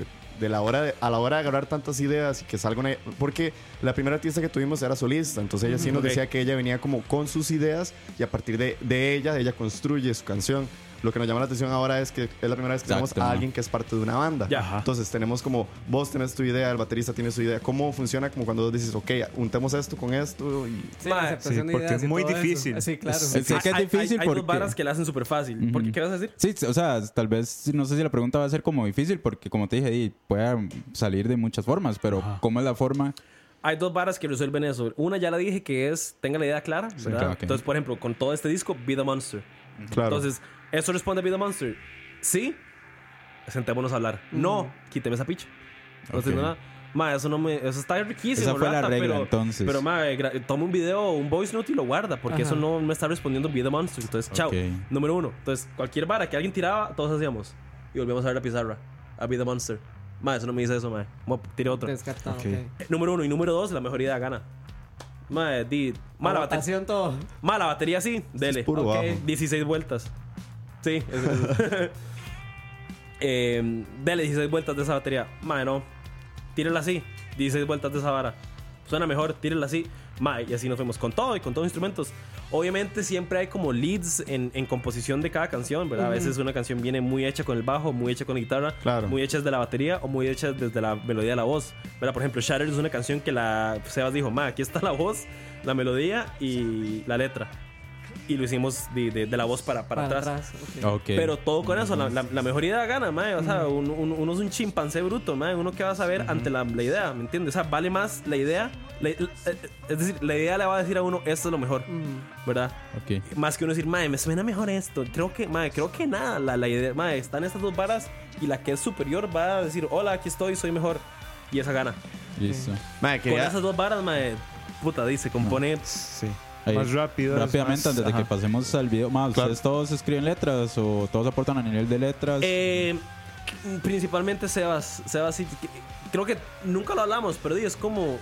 a la hora de agarrar tantas ideas y que salga una... Porque la primera artista que tuvimos era solista, entonces ella sí nos decía que ella venía como con sus ideas y a partir de ella construye su canción. Lo que nos llama la atención ahora es que es la primera vez que tenemos a alguien que es parte de una banda. Ya. Entonces tenemos como, vos tenés tu idea, el baterista tiene su idea. ¿Cómo funciona? Como cuando vos dices, ok, untemos esto con esto. Y... Sí, la aceptación de porque ideas es y muy todo eso. difícil. Sí, claro. Sé que es difícil hay porque... dos varas que la hacen súper fácil. ¿Por qué? ¿Qué vas a decir? Sí, o sea, tal vez, no sé si la pregunta va a ser como difícil porque como te dije, puede salir de muchas formas, pero ¿cómo es la forma? Hay dos varas que resuelven eso. Una ya la dije, que es tenga la idea clara, ¿verdad? ok. Entonces, por ejemplo, con todo este disco, Be The Monster. Claro. Entonces, ¿eso responde a Be The Monster? Sí. Sentémonos a hablar. No, quíteme esa picha. No Ok. entiendo nada. Eso está riquísimo. Esa fue la rata, regla, pero, entonces. Pero, toma un video o un voice note y lo guarda, porque Ajá. eso no me está respondiendo Be The Monster. Entonces, chao. Ok. Número 1. Entonces, cualquier vara que alguien tiraba, todos hacíamos. Y volvíamos a ver la pizarra. A Be The Monster. Eso no me dice eso, Tiré otro. Descartado, Ok. ok. Número 1 y número 2, la mejor idea gana. La Votación todo. batería sí, dele. es puro Ok, bajo. 16 vueltas. Sí. Dele 16 vueltas de esa batería. No. Tírela así. 16 vueltas de esa vara. Suena mejor, tírela así. Y así nos fuimos con todo y con todos los instrumentos. Obviamente siempre hay como leads en composición de cada canción, ¿verdad? A veces una canción viene muy hecha con el bajo, muy hecha con la guitarra, Claro. muy hecha desde la batería o muy hecha desde la melodía de la voz, ¿verdad? Por ejemplo, Shattered es una canción que Sebas dijo, aquí está la voz, la melodía y la letra. Y lo hicimos de la voz para atrás. Ok. Ok. Pero todo con eso, la mejor idea gana, o sea, uno es un chimpancé bruto, uno que va a saber ante la idea, ¿me entiendes? O sea, vale más la idea, es decir, la idea le va a decir a uno, esto es lo mejor, ¿verdad? Ok. Más que uno decir, me suena mejor esto, creo que nada, la idea, están estas dos varas y la que es superior va a decir, hola, aquí estoy, soy mejor, y esa gana. Listo. Mae, Con esas dos varas, puta, dice, compone... Sí. Ahí, Más rápido. rápidamente, antes de que pasemos al video, ¿ustedes todos escriben letras o todos aportan a nivel de letras? Principalmente Sebas sí, creo que nunca lo hablamos, pero es como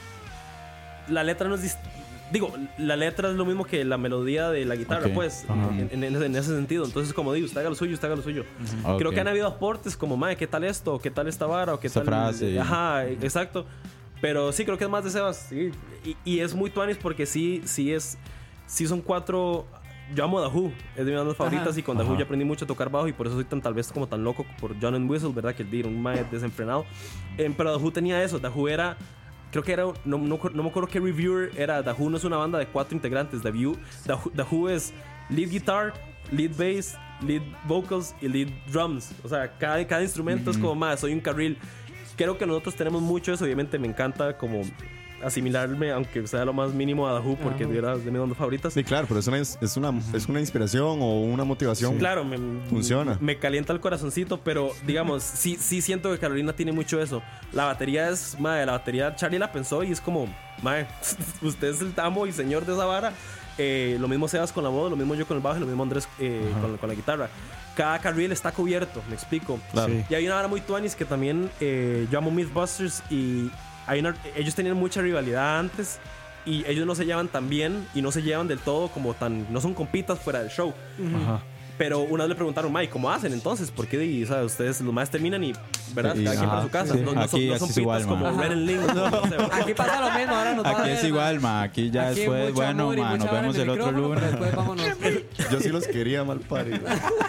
la letra no es digo, la letra es lo mismo que la melodía de la guitarra, Ok. pues, Ajá. en ese sentido. Entonces, como digo, usted haga lo suyo, usted haga lo suyo. Creo Ok. que han habido aportes como, madre, ¿qué tal esto? ¿O qué tal esta vara? ¿O qué Esa tal? frase. Ajá, exacto. Pero sí, creo que es más de Sebas. Sí. Y es muy tuanis porque sí son 4. Yo amo The Who, es de mis bandas favoritas y con The Who yo aprendí mucho a tocar bajo y por eso soy tal vez como tan loco por John and Whistle, ¿verdad? Que era un mae desenfrenado. Pero The Who tenía eso, The Who era, creo que era, no me acuerdo qué reviewer era, The Who no es una banda de 4 integrantes, The Who es lead guitar, lead bass, lead vocals y lead drums. O sea, cada instrumento es como más, soy un carril. Creo que nosotros tenemos mucho eso, obviamente me encanta como asimilarme, aunque sea lo más mínimo a The Who, porque de verdad es de mis bandas favoritas. Sí, claro, pero es una inspiración o una motivación. Claro, Funciona. me calienta el corazoncito, pero digamos, sí siento que Carolina tiene mucho eso. La batería es, madre, la batería Charlie la pensó y es como, madre, usted es el amo y señor de esa vara. Lo mismo Sebas con la voz, lo mismo yo con el bajo y lo mismo Andrés con la guitarra. Cada carril está cubierto, me explico. Claro. Sí. Y hay una vara muy tuanis que también yo amo Mythbusters y ellos tenían mucha rivalidad antes y ellos no se llevan tan bien y no se llevan del todo como no son compitas fuera del show. Ajá. Pero una vez le preguntaron, Mike, ¿cómo hacen entonces? ¿Por qué? Y, o sea, ustedes los más terminan y, ¿verdad? Y- Cada quien para ajá, su casa. sí. No son Aquí pitas es igual, como man. Red and Link. No sé, Aquí pasa lo mismo, ahora nos va a Aquí ver, es igual, ma. Aquí ya Aquí después, mucho bueno, amor y ma, mucha nos vara vemos en el otro micrófono, pero lunes. después vámonos. Yo sí los quería mal parido.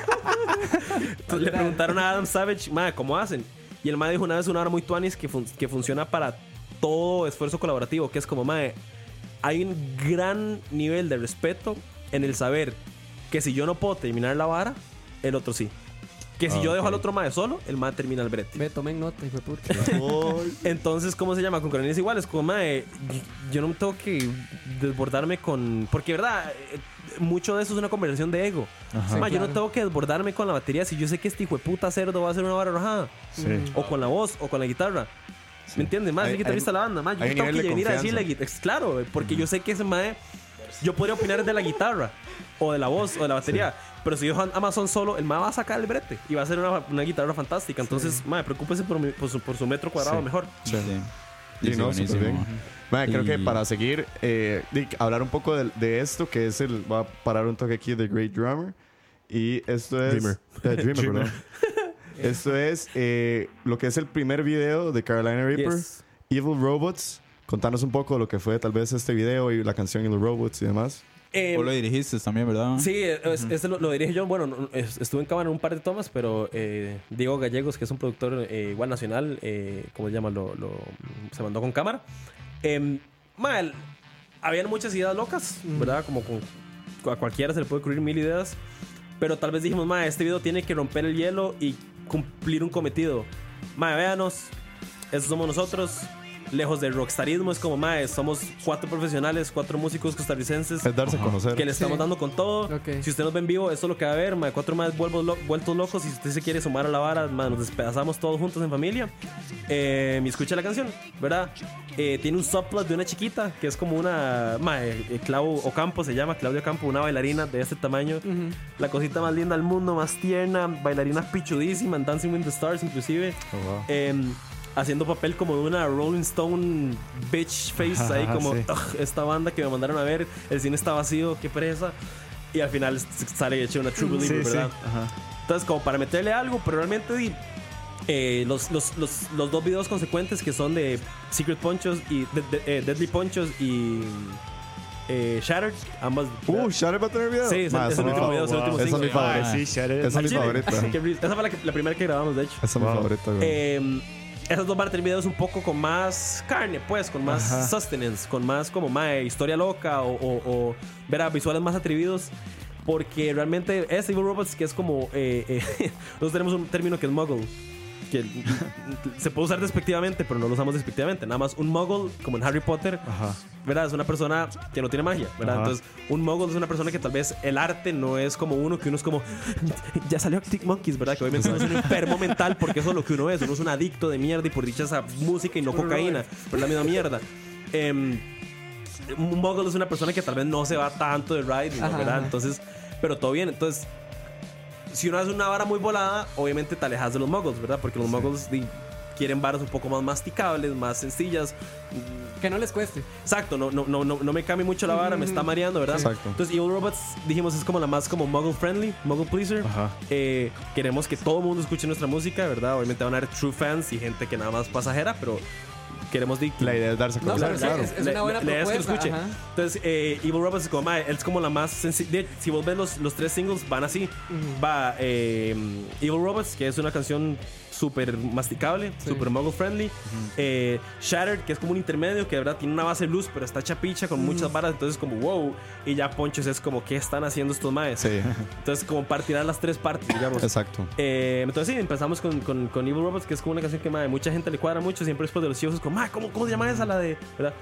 Entonces le preguntaron a Adam Savage, madre, ¿cómo hacen? Y el madre dijo una vez una hora muy tuanis que funciona para todo esfuerzo colaborativo, que es como, madre, hay un gran nivel de respeto en el saber que si yo no puedo terminar la vara, el otro sí. Que si yo dejo al otro madre solo, el madre termina el brete. Ve, tomen nota, hijo de puta. Entonces, ¿cómo se llama? Con Carolina es igual. Es como, madre, yo no me tengo que desbordarme con... Porque, ¿verdad? Mucho de eso es una conversación de ego. Ajá. Ma, yo no claro. tengo que desbordarme con la batería si yo sé que este hijo de puta cerdo va a hacer una vara rojada. Sí. O con la voz, o con la guitarra. ¿Me entiendes? Más Hay- el guitarrista de la banda. Más yo hay no tengo nivel que de venir a decirle confianza. claro, porque yo sé que ese mae... Yo podría opinar de la guitarra, o de la voz, o de la batería. Pero si yo dejo a Amazon solo, el mae va a sacar el brete y va a hacer una guitarra fantástica. Entonces, mae, preocúpese por su metro cuadrado Sí. mejor. Sí. Y no, buenísimo. súper bien. Bueno, creo que Y- para seguir, hablar un poco de esto, que es va a parar un toque aquí de Great Drummer. Y esto es. Dreamer. Dreamer, perdón. Esto es lo que es el primer video de Carolina Reaper, Yes. Evil Robots. Contanos un poco lo que fue tal vez este video y la canción Evil Robots y demás. Vos lo dirigiste también, ¿verdad? Sí, este lo dirige yo. Bueno, estuve en cámara en un par de tomas, pero Diego Gallegos, que es un productor igual nacional, ¿cómo se llama? Se mandó con cámara. Mal, habían muchas ideas locas, ¿verdad? Como a cualquiera se le puede ocurrir 1000 ideas. Pero tal vez dijimos, ma, este video tiene que romper el hielo y cumplir un cometido. Ma, véanos, esos somos nosotros. Lejos del rockstarismo, es como, ma, somos 4 profesionales, 4 músicos costarricenses Es darse a conocer. que le estamos Sí. dando con todo. Ok. Si usted nos ve en vivo, esto es lo que va a ver. Ma, 4 más vueltos locos. Si usted se quiere sumar a la vara, ma, nos despedazamos todos juntos en familia. Y escucha la canción, ¿verdad? Tiene un subplot de una chiquita que es como una. Clau Ocampo se llama, Claudia Ocampo, una bailarina de este tamaño. La cosita más linda del mundo, más tierna. Bailarina pichudísima en Dancing with the Stars, inclusive. Haciendo papel como de una Rolling Stone bitch face, ahí Ajá, como sí. "Ugh, esta banda que me mandaron a ver, el cine está vacío, qué pereza". Y al final sale hecho una True Believer, Sí, sí. ¿verdad? Ajá. Entonces, como para meterle algo, pero realmente los 2 videos consecuentes que son de Secret Ponchos y Deadly Ponchos y Shattered, ambas. Shattered va a tener video. Sí, es Ma, el esa último video, es el último Esa es mi single. favorita. Sí, Shattered. Esa es Al mi chile. favorita. Qué risa. Esa fue la primera que grabamos, de hecho. Esa es mi Wow. favorita, güey. Esas 2 van a tener videos un poco con más carne, pues, con más Ajá. sustenance, con más como más historia loca o verá, visuales más atrevidos. Porque realmente es Evil Robots, que es como. Nosotros tenemos un término que es muggle. Que se puede usar despectivamente, pero no lo usamos despectivamente. Nada más un muggle, como en Harry Potter, Ajá. ¿verdad? Es una persona que no tiene magia, ¿verdad? Ajá. Entonces, un muggle es una persona que tal vez el arte no es como uno que uno es como, ya salió Arctic Monkeys, ¿verdad? Que obviamente uno es un enfermo mental porque eso es lo que uno es. Uno es un adicto de mierda y por dicha esa música y no cocaína, pero es la misma mierda. Un muggle es una persona que tal vez no se va tanto de ride, ¿no? Ajá, ¿verdad? ajá. Entonces, pero todo bien. Entonces, si uno hace una vara muy volada, obviamente te alejas de los muggles, ¿verdad? Porque los muggles quieren varas un poco más masticables, más sencillas. Que no les cueste. Exacto, no me cambie mucho la vara, me está mareando, ¿verdad? Exacto. Entonces, Evil Robots, dijimos, es como la más como muggle friendly, muggle pleaser. Ajá. Queremos que todo el mundo escuche nuestra música, ¿verdad? Obviamente van a haber true fans y gente que nada más pasajera, pero queremos La idea es darse a No, conocer. pero sí, es una buena la idea es que lo propuesta. escuche. Ajá. Entonces, Evil Robots es como, mae, es como la más sencilla. Si vos ves los 3 singles, van así. Va Evil Robots, que es una canción súper masticable, súper muggle friendly. Shattered, que es como un intermedio, que de verdad tiene una base de blues, pero está chapicha con muchas varas. Entonces, como wow. Y ya Ponchos es como, ¿qué están haciendo estos maes? Sí, Entonces, como para tirar las 3 partes, digamos. exacto. Entonces sí, empezamos con Evil Robots, que es como una canción que mae, mucha gente le cuadra mucho. Siempre después de los hijos es como, mae, ¿cómo se llama esa? La de, ¿verdad?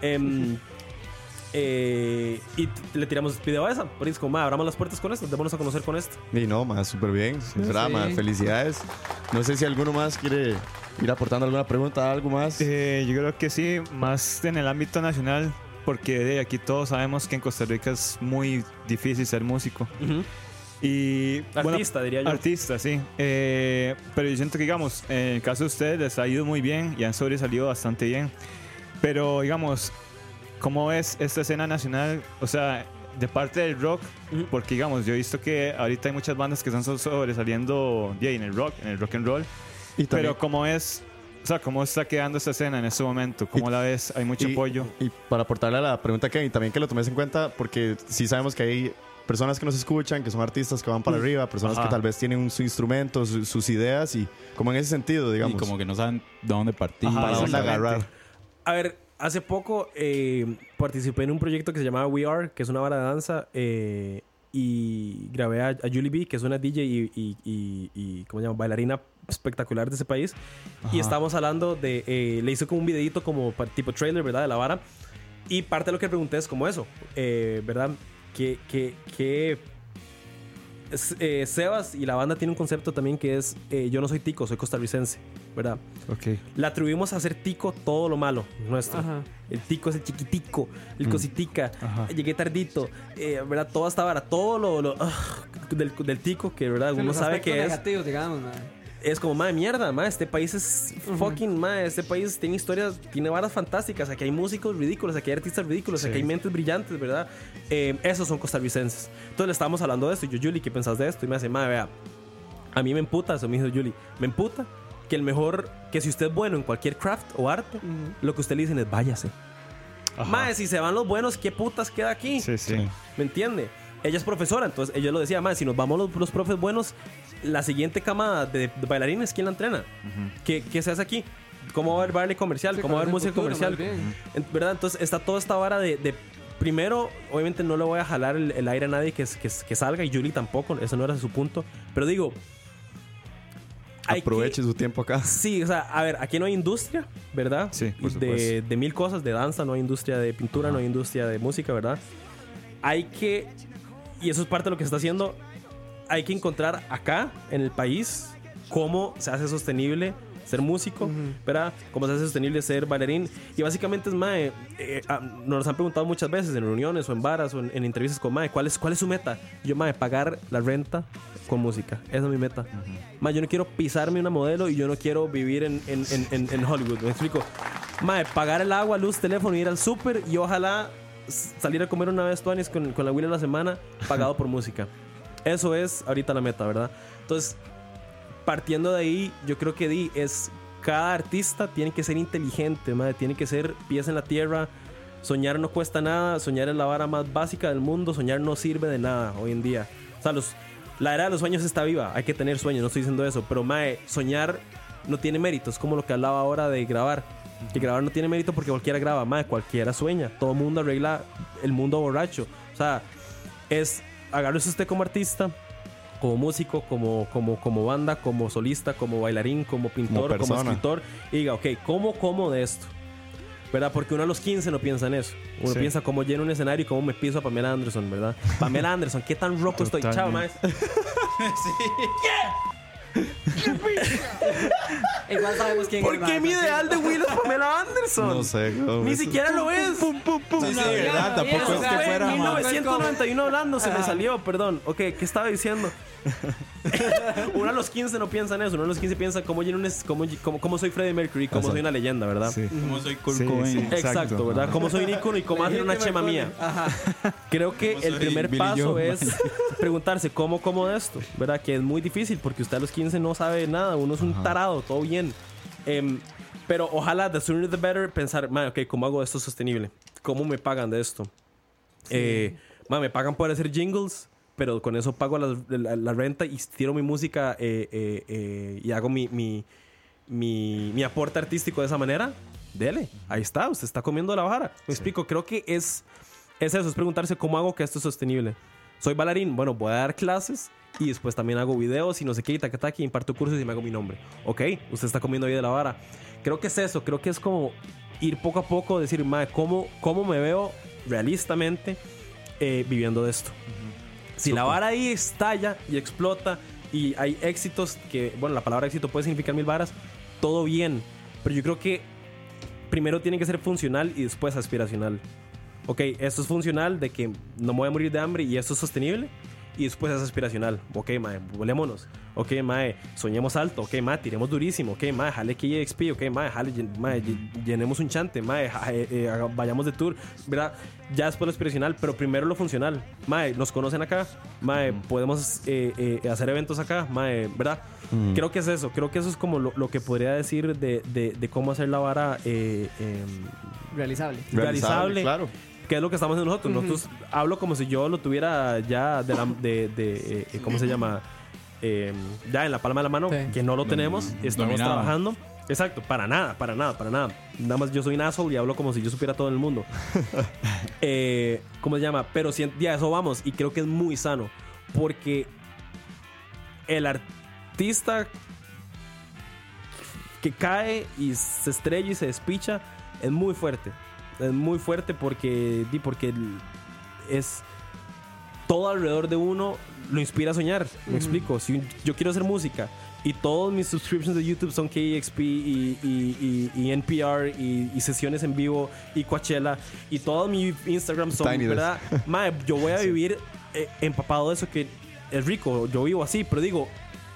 Y le tiramos video a esa. Por eso es como, mae, abramos las puertas con esto, démonos a conocer con esto. Y no, más súper bien. ¿Verdad, sí. ma? Felicidades. No sé si alguno más quiere ir aportando alguna pregunta, algo más. Yo creo que sí, más en el ámbito nacional, porque de aquí todos sabemos que en Costa Rica es muy difícil ser músico. Y Artista, diría yo. Artista, sí. Pero yo siento que, digamos, en el caso de ustedes les ha ido muy bien y han sobresalido bastante bien. Pero, digamos, ¿cómo es esta escena nacional? O sea, de parte del rock, porque, digamos, yo he visto que ahorita hay muchas bandas que están sobresaliendo en el rock and roll. Y también- Pero ¿cómo es? O sea, ¿cómo está quedando esta escena en este momento? ¿Cómo la ves? ¿Hay mucho apoyo? Y para aportarle a la pregunta que también que lo tomes en cuenta, porque sí sabemos que hay personas que nos escuchan, que son artistas que van para arriba, personas Ajá. que tal vez tienen su instrumento, sus ideas, y como en ese sentido, Y digamos. como que no saben dónde partir. Ajá, para dónde exactamente. agarrar. A ver, hace poco participé en un proyecto que se llamaba We Are, que es una vara de danza, y grabé a Julie B, que es una DJ y ¿cómo se llama? Bailarina espectacular de ese país. Y estábamos hablando de... le hice como un videito como tipo trailer, ¿verdad? De la vara. Y parte de lo que pregunté es como eso, ¿verdad? Que Sebas y la banda tiene un concepto también que es yo no soy tico, soy costarricense, ¿verdad? Ok. Le atribuimos a hacer tico todo lo malo nuestro. Ajá. El tico es el chiquitico, el cositica, Ajá. llegué tardito, ¿verdad? Toda esta vara, todo lo del tico que, ¿verdad? Uno Los sabe aspectos que es. negativos, digamos, man. Es como, madre mierda, madre, este país es fucking, madre, este país tiene historias, tiene varas fantásticas, aquí hay músicos ridículos, aquí hay artistas ridículos, aquí hay mentes brillantes, ¿verdad? Esos son costarricenses. Entonces le estábamos hablando de esto, y yo, Julie, ¿qué pensás de esto? Y me hace, madre, vea, a mí me emputa, eso me dijo Julie, me emputa que el mejor, que si usted es bueno en cualquier craft o arte, lo que usted le dicen es váyase. Madre, si se van los buenos, ¿qué putas queda aquí? Sí, sí. ¿Me entiende? Ella es profesora, entonces ella lo decía, madre, si nos vamos los profes buenos, la siguiente camada de bailarines, ¿quién la entrena? ¿Qué se hace aquí? ¿Cómo va a haber baile comercial? Sí, ¿Cómo va a haber conoce el música futuro, comercial? más bien. ¿Verdad? Entonces está toda esta vara de primero, obviamente no le voy a jalar el aire a nadie que salga, y Julie tampoco, eso no era su punto. Pero digo, hay Aproveche su tiempo acá. Sí, o sea, a ver, aquí no hay industria, ¿verdad? Sí, por supuesto. de mil cosas, de danza, no hay industria de pintura, no hay industria de música, ¿verdad? Hay que, y eso es parte de lo que se está haciendo, hay que encontrar acá, en el país, cómo se hace sostenible ser músico, ¿verdad? Cómo se hace sostenible ser bailarín. Y básicamente es, mae, nos han preguntado muchas veces en reuniones o en varas o en entrevistas con mae, ¿cuál es su meta? Yo, mae, pagar la renta con música. Esa es mi meta. Mae, yo no quiero pisarme una modelo y yo no quiero vivir en Hollywood. ¿Me explico? Mae, pagar el agua, luz, teléfono, ir al súper y ojalá salir a comer una vez tuanis con la Willy a la semana pagado por música. Eso es ahorita la meta, ¿verdad? Entonces, partiendo de ahí, yo creo que es cada artista tiene que ser inteligente, madre, tiene que ser pies en la tierra. Soñar no cuesta nada, soñar es la vara más básica del mundo, soñar no sirve de nada hoy en día. O sea, la era de los sueños está viva, hay que tener sueños, no estoy diciendo eso, pero mae, soñar no tiene mérito, es como lo que hablaba ahora de grabar. Que grabar no tiene mérito porque cualquiera graba, mae, cualquiera sueña, todo mundo arregla el mundo borracho. O sea, agárrese usted como artista, como músico, como banda, como solista, como bailarín, como pintor, como persona. escritor, y diga, ok, ¿cómo como de esto? ¿Verdad? Porque uno a los 15 no piensa en eso. Uno Sí. piensa cómo lleno un escenario y cómo me piso a Pamela Anderson, ¿verdad? Pamela Anderson, ¿qué tan roco estoy? Chao, Totalmente. maestro. Igual sabemos quién ¿Por es. qué man, mi tranquilo. ideal de Will es Pamela Anderson? No sé. ¿cómo Ni es? siquiera lo es. Sí, sí, verdad. Tampoco es que fuera, En man. 1991 hablando se me salió, perdón. Ok, ¿qué estaba diciendo? Uno a los 15 no piensa en eso. Uno a los 15 piensa cómo soy Freddie Mercury, cómo soy una leyenda, ¿verdad? Sí. Como soy Kurt Sí, Cobain. sí. Exacto, ¿verdad? Cómo soy un ícono y cómo hacer una chema mía. Creo que Cómo el soy primer Billy paso Joe, es preguntarse cómo como de esto, ¿verdad? Que es muy difícil porque usted a los 15 no sabe nada. Uno es un tarado, todo bien. Pero ojalá, the sooner the better, pensar, ok, ¿cómo hago esto sostenible? ¿Cómo me pagan de esto? Me pagan por hacer jingles, pero con eso pago la renta y tiro mi música y hago mi aporte artístico de esa manera. Dele, ahí está, usted está comiendo la vara. Me explico, creo que es eso, es preguntarse cómo hago que esto es sostenible. Soy bailarín, bueno, voy a dar clases y después también hago videos y no sé qué, y imparto cursos y me hago mi nombre. Ok, usted está comiendo ahí de la vara. Creo que es eso, creo que es como ir poco a poco, decir, ¿cómo me veo realistamente viviendo de esto? Si la vara ahí estalla y explota y hay éxitos que, bueno, la palabra éxito puede significar mil varas, todo bien, pero yo creo que primero tiene que ser funcional y después aspiracional. Ok, esto es funcional de que no me voy a morir de hambre y esto es sostenible. Y después es aspiracional. Ok, mae, volémonos. Ok, mae, soñemos alto. Ok, mae, tiremos durísimo. Ok, mae, jale KXP. Ok, mae, llenemos un chante. Mae, vayamos de tour. ¿Verdad? Ya después lo aspiracional, pero primero lo funcional. Mae, nos conocen acá. Mae, podemos hacer eventos acá. Mae, ¿verdad? Creo que es eso. Creo que eso es como lo que podría decir de cómo hacer la vara Realizable. Claro. ¿Qué es lo que estamos haciendo nosotros? Nosotros hablo como si yo lo tuviera ya ¿cómo se llama? Ya en la palma de la mano, Sí. que no lo tenemos, estamos dominado. trabajando. Exacto, para nada. Nada más yo soy un asshole y hablo como si yo supiera todo en el mundo. ¿Cómo se llama? Pero ya eso vamos y creo que es muy sano porque el artista que cae y se estrella y se despicha es muy fuerte. Es muy fuerte porque es todo alrededor de uno lo inspira a soñar. Me explico. Si yo quiero hacer música y todos mis subscriptions de YouTube son KXP y NPR y sesiones en vivo y Coachella y todo mi Instagram son, Tiny Desk. ¿verdad? Mae, yo voy a vivir empapado de eso, que es rico. Yo vivo así, pero digo,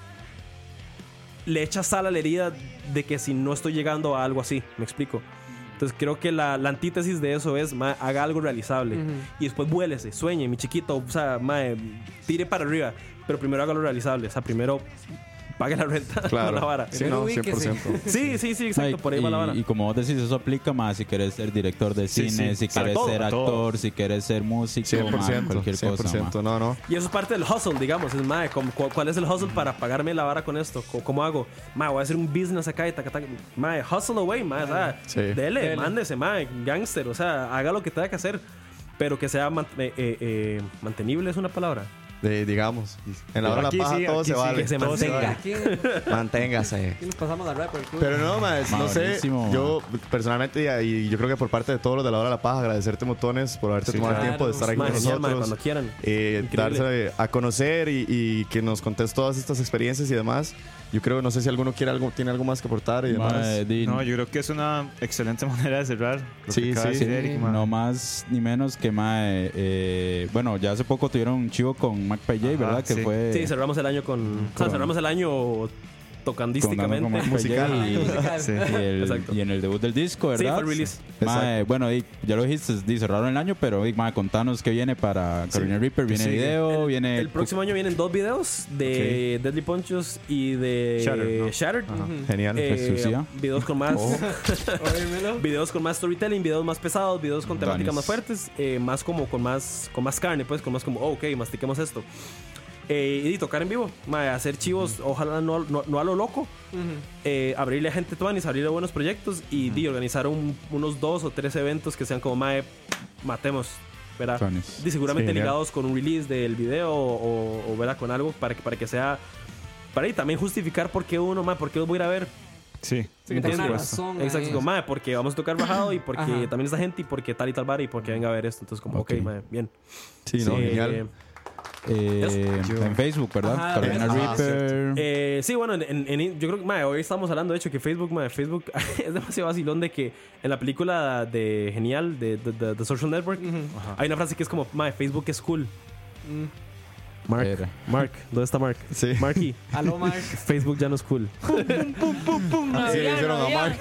le echa sal a la herida de que si no estoy llegando a algo así. Me explico. Entonces creo que la antítesis de eso es, haga algo realizable. Y después vuélese, sueñe, mi chiquito. O sea, tire para arriba. Pero primero hágalo realizable. O sea, primero pague la renta. Claro. No la vara. Sí, Primero no, ubíquese. 100%. Sí, exacto. Por ahí va la vara. Y como vos decís, eso aplica más si querés ser director de Sí, cine, sí. si querés todo, ser a actor, todo. si querés ser músico, 100%, cualquier cosa. 100%. No. Y eso es parte del hustle, digamos. Es, ¿cuál es el hustle para pagarme la vara con esto? ¿Cómo hago? Voy a hacer un business acá y hustle away, o sea, Sí. dele, mándese, gangster. O sea, haga lo que tenga que hacer. Pero que sea mantenible, es una palabra. Digamos. En la hora de la Aquí paja sí, todo aquí se sí, vale. que se todo se mantenga. vale. Aquí, Manténgase. aquí nos pasamos la rap por el culo. Pero no, más, no sé. Buenísimo, Yo personalmente, y yo creo que por parte de todos los de la hora de la paja, agradecerte montones por haberte tomado el claro. tiempo de estar aquí Mae, con genial, mae, nosotros. cuando quieran. Increíble. Darse a conocer y que nos contes todas estas experiencias y demás. Yo creo, no sé si alguno tiene algo más que aportar y demás. No, yo creo que es una excelente manera de cerrar. Lo Sí, que acaba de sí. decir Eric, mae. No más ni menos que bueno, ya hace poco tuvieron un chivo con Mac PJ, Ajá, ¿verdad? Que sí. fue Sí, cerramos el año cerramos el año tocandísticamente. con Mac PJ musical. Sí. Exacto. y en el debut del disco, Sí, ¿verdad? fue release. Mae, bueno, ya lo dijiste, cerraron el año, pero mae, contanos qué viene para Carolina Reaper. Viene Sí. video, viene... El próximo año vienen 2 videos de Deadly Ponchos y de Shattered, ¿no? Shattered. Genial. Exclusiva. Videos con más Óyemelo. videos con más storytelling, videos más pesados, videos con temáticas Danis. más fuertes, más como con más carne, pues, con más como, ok, mastiquemos esto. Y tocar en vivo, hacer chivos, ojalá no a lo loco, abrirle a gente tuanis, abrirle buenos proyectos y organizar unos 2 o 3 eventos que sean como matemos, ¿verdad? Tuanis. Y seguramente Sí, genial. ligados con un release del video o ¿verdad? Con algo para que sea, para ahí también justificar por qué uno, por qué los voy a ir a ver. Sí. Sí, que tenga una ¿Entiendes? razón. Exacto, ahí. como, porque vamos a tocar bajado y porque Ajá. también esta gente y porque tal y tal bar y porque venga a ver esto. Entonces, como, Ok. bien. Sí, no, genial. En Facebook, ¿verdad? Ajá, Carolina ajá, Reaper. Sí, bueno, yo creo que hoy estamos hablando de hecho que Facebook es demasiado vacilón de que en la película de Genial, de The Social Network, hay una frase que es como, Facebook es cool. Mark, Era. Mark, ¿dónde está Mark? Sí. Marky, Aló, Mark. Facebook ya no es cool. Así le hicieron a Mark.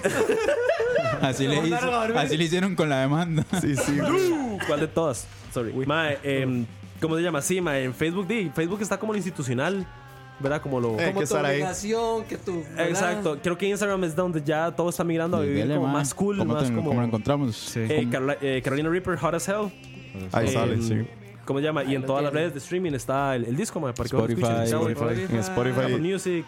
Así le hicieron con la demanda. Sí, sí. ¿Cuál de todas? Sorry. Mae, ¿cómo se llama? Sí, mae, en Facebook, Facebook está como lo institucional, ¿verdad? Como lo... Hay Como que tu estar ahí. obligación, que tú. ¿verdad? Exacto. Creo que Instagram es donde ya todo está migrando a vivir Dele, como ma. más cool, ¿Cómo más como... ¿Cómo lo encontramos? Sí. Carolina Reaper, Hot as Hell. Ahí sale, sí. ¿Cómo se llama? Y en lo todas las tiene. redes de streaming está el disco, mae, para que lo Spotify. escuchen. En Apple Spotify. Music,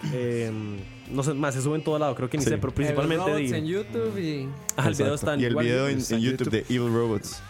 no sé, más se sube en todo lado, creo que ni Sí. sé, pero principalmente Robots de... en YouTube y. el video está en Y el igual- video en YouTube de Evil Robots.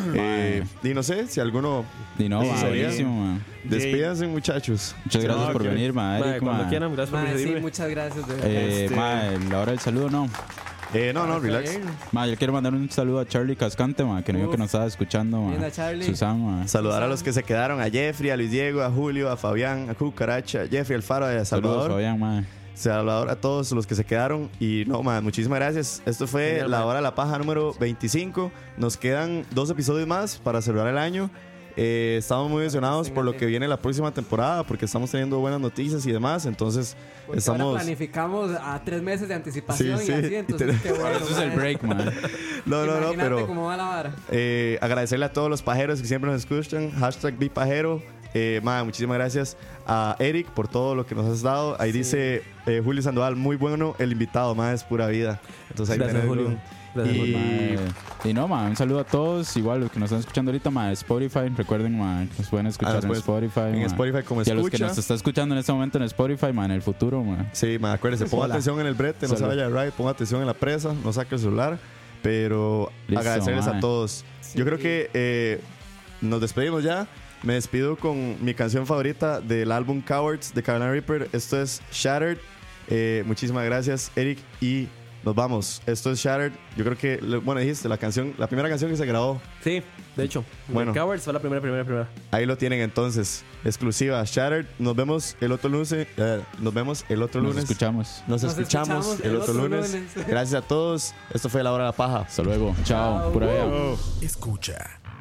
Y no sé si alguno. Y no, Sí, ma, sería. buenísimo, ma. Despídanse, muchachos. Muchas gracias No, por que- venir, ma. Mae, Eric, cuando ma. quieran, gracias por Mae, sí, recibirme. muchas gracias. De verdad. Ma, la hora del saludo, no. No, relax. Ma, yo quiero mandar un saludo a Charlie Cascante, ma, que no dijo que nos estaba escuchando, ma. Linda Charlie. Susan, ma. Saludar a los que se quedaron: a Jeffrey, a Luis Diego, a Julio, a Fabián, a Cucaracha, Jeffrey Alfaro, a Saludos, Salvador. Fabián, ma. Salvador, a todos los que se quedaron. Y no, man, muchísimas gracias. Esto fue Genial, la man. hora de la paja número 25. Nos quedan 2 episodios más para celebrar el año. Estamos muy emocionados por lo que viene la próxima temporada, porque estamos teniendo buenas noticias y demás. Entonces, Porque estamos. ahora planificamos a 3 meses de anticipación Sí, sí, y así, y entonces qué bueno. Eso es el mae. break, ma. No, Imagínate pero cómo va la vara. agradecerle a todos los pajeros que siempre nos escuchan. Hashtag #BePajero. Muchísimas gracias a Eric por todo lo que nos has dado. Ahí dice Julio Sandoval, muy bueno el invitado, más es pura vida. Entonces ahí Gracias, tenés, Julio. Julio. Gracias, Y- Julio. Y no, ma, un saludo a todos. Igual los que nos están escuchando ahorita, ma, Spotify. Recuerden, ma, nos pueden escuchar nos en pueden- Spotify. en ma. Spotify como Y a los que escucha. nos está escuchando en este momento en Spotify, ma, en el futuro, ma. Sí, man, acuérdese, ponga Hola. atención en el brete, no se Salud. vaya de ride, ponga atención en la presa, no saque el celular. Pero Listo, agradecerles a mae. todos. Sí. Yo creo que nos despedimos ya. Me despido con mi canción favorita del álbum Cowards de Carolina Reaper. Esto es Shattered. Muchísimas gracias, Eric. Y nos vamos. Esto es Shattered. Yo creo que, bueno, dijiste, la primera canción que se grabó. Sí, de hecho. Bueno. Cowards fue la primera. Ahí lo tienen entonces. Exclusiva, Shattered. Nos vemos el otro lunes. Nos vemos el otro Nos lunes. escuchamos. Nos escuchamos el otro lunes. Gracias a todos. Esto fue La Hora de la Paja. Hasta luego. Chao. Pura vida. Escucha.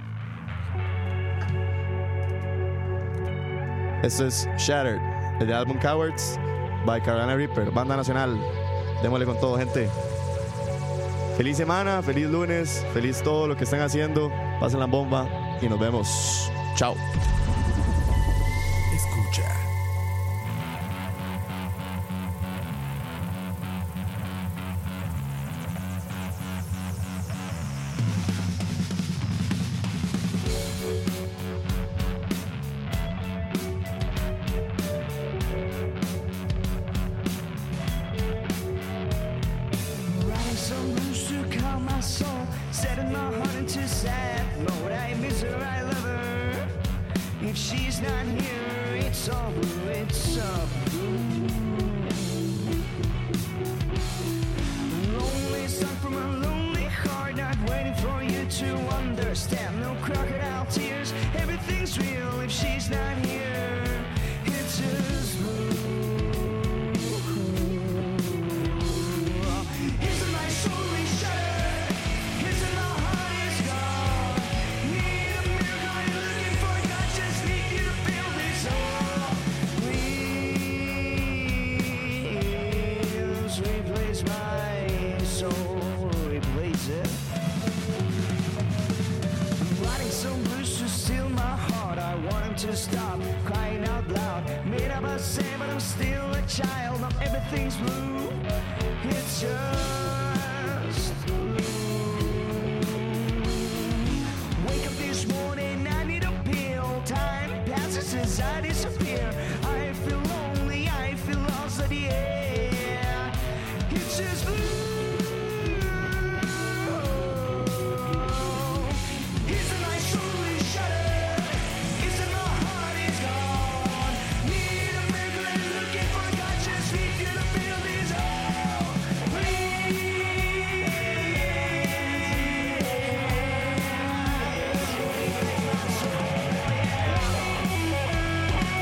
Esto es Shattered, el de álbum Cowards by Carolina Reaper, banda nacional. Démosle con todo, gente. Feliz semana, feliz lunes, feliz todo lo que estén haciendo. Pasen la bomba y nos vemos. Chao. Escucha. Writing some blues to calm my soul, setting my heart into sad mode. I miss her, I love her. If she's not here, it's all blue, it's all blue. Lonely song from a lonely heart, not waiting for you to understand. No crocodile tears, everything's real. If she's not here, it's just blue. Isn't my soul shattered? Isn't my heart is gone? Need a miracle, I'm looking for God, just need you to build this all. Please replace my soul, replace it. Writing some blues to steal my heart. I want him to stop crying out loud. Made up a say, but I'm still a child. Not everything's blue. It's just blue. Wake up this morning, I need a pill. Time passes as I disappear. I feel lonely, I feel lost at the air. It's just blue. Isn't my soul is shattered? Isn't my heart is gone? Need a miracle and looking for God, just need you to build this all.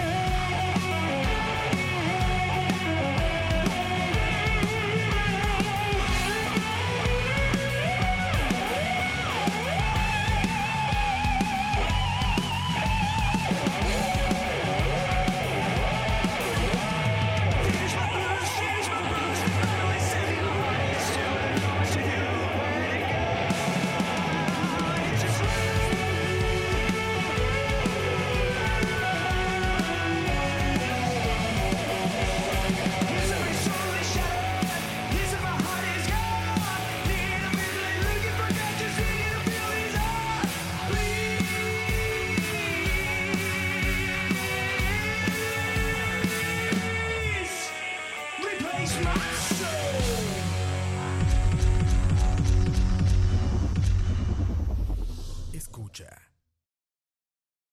Please. So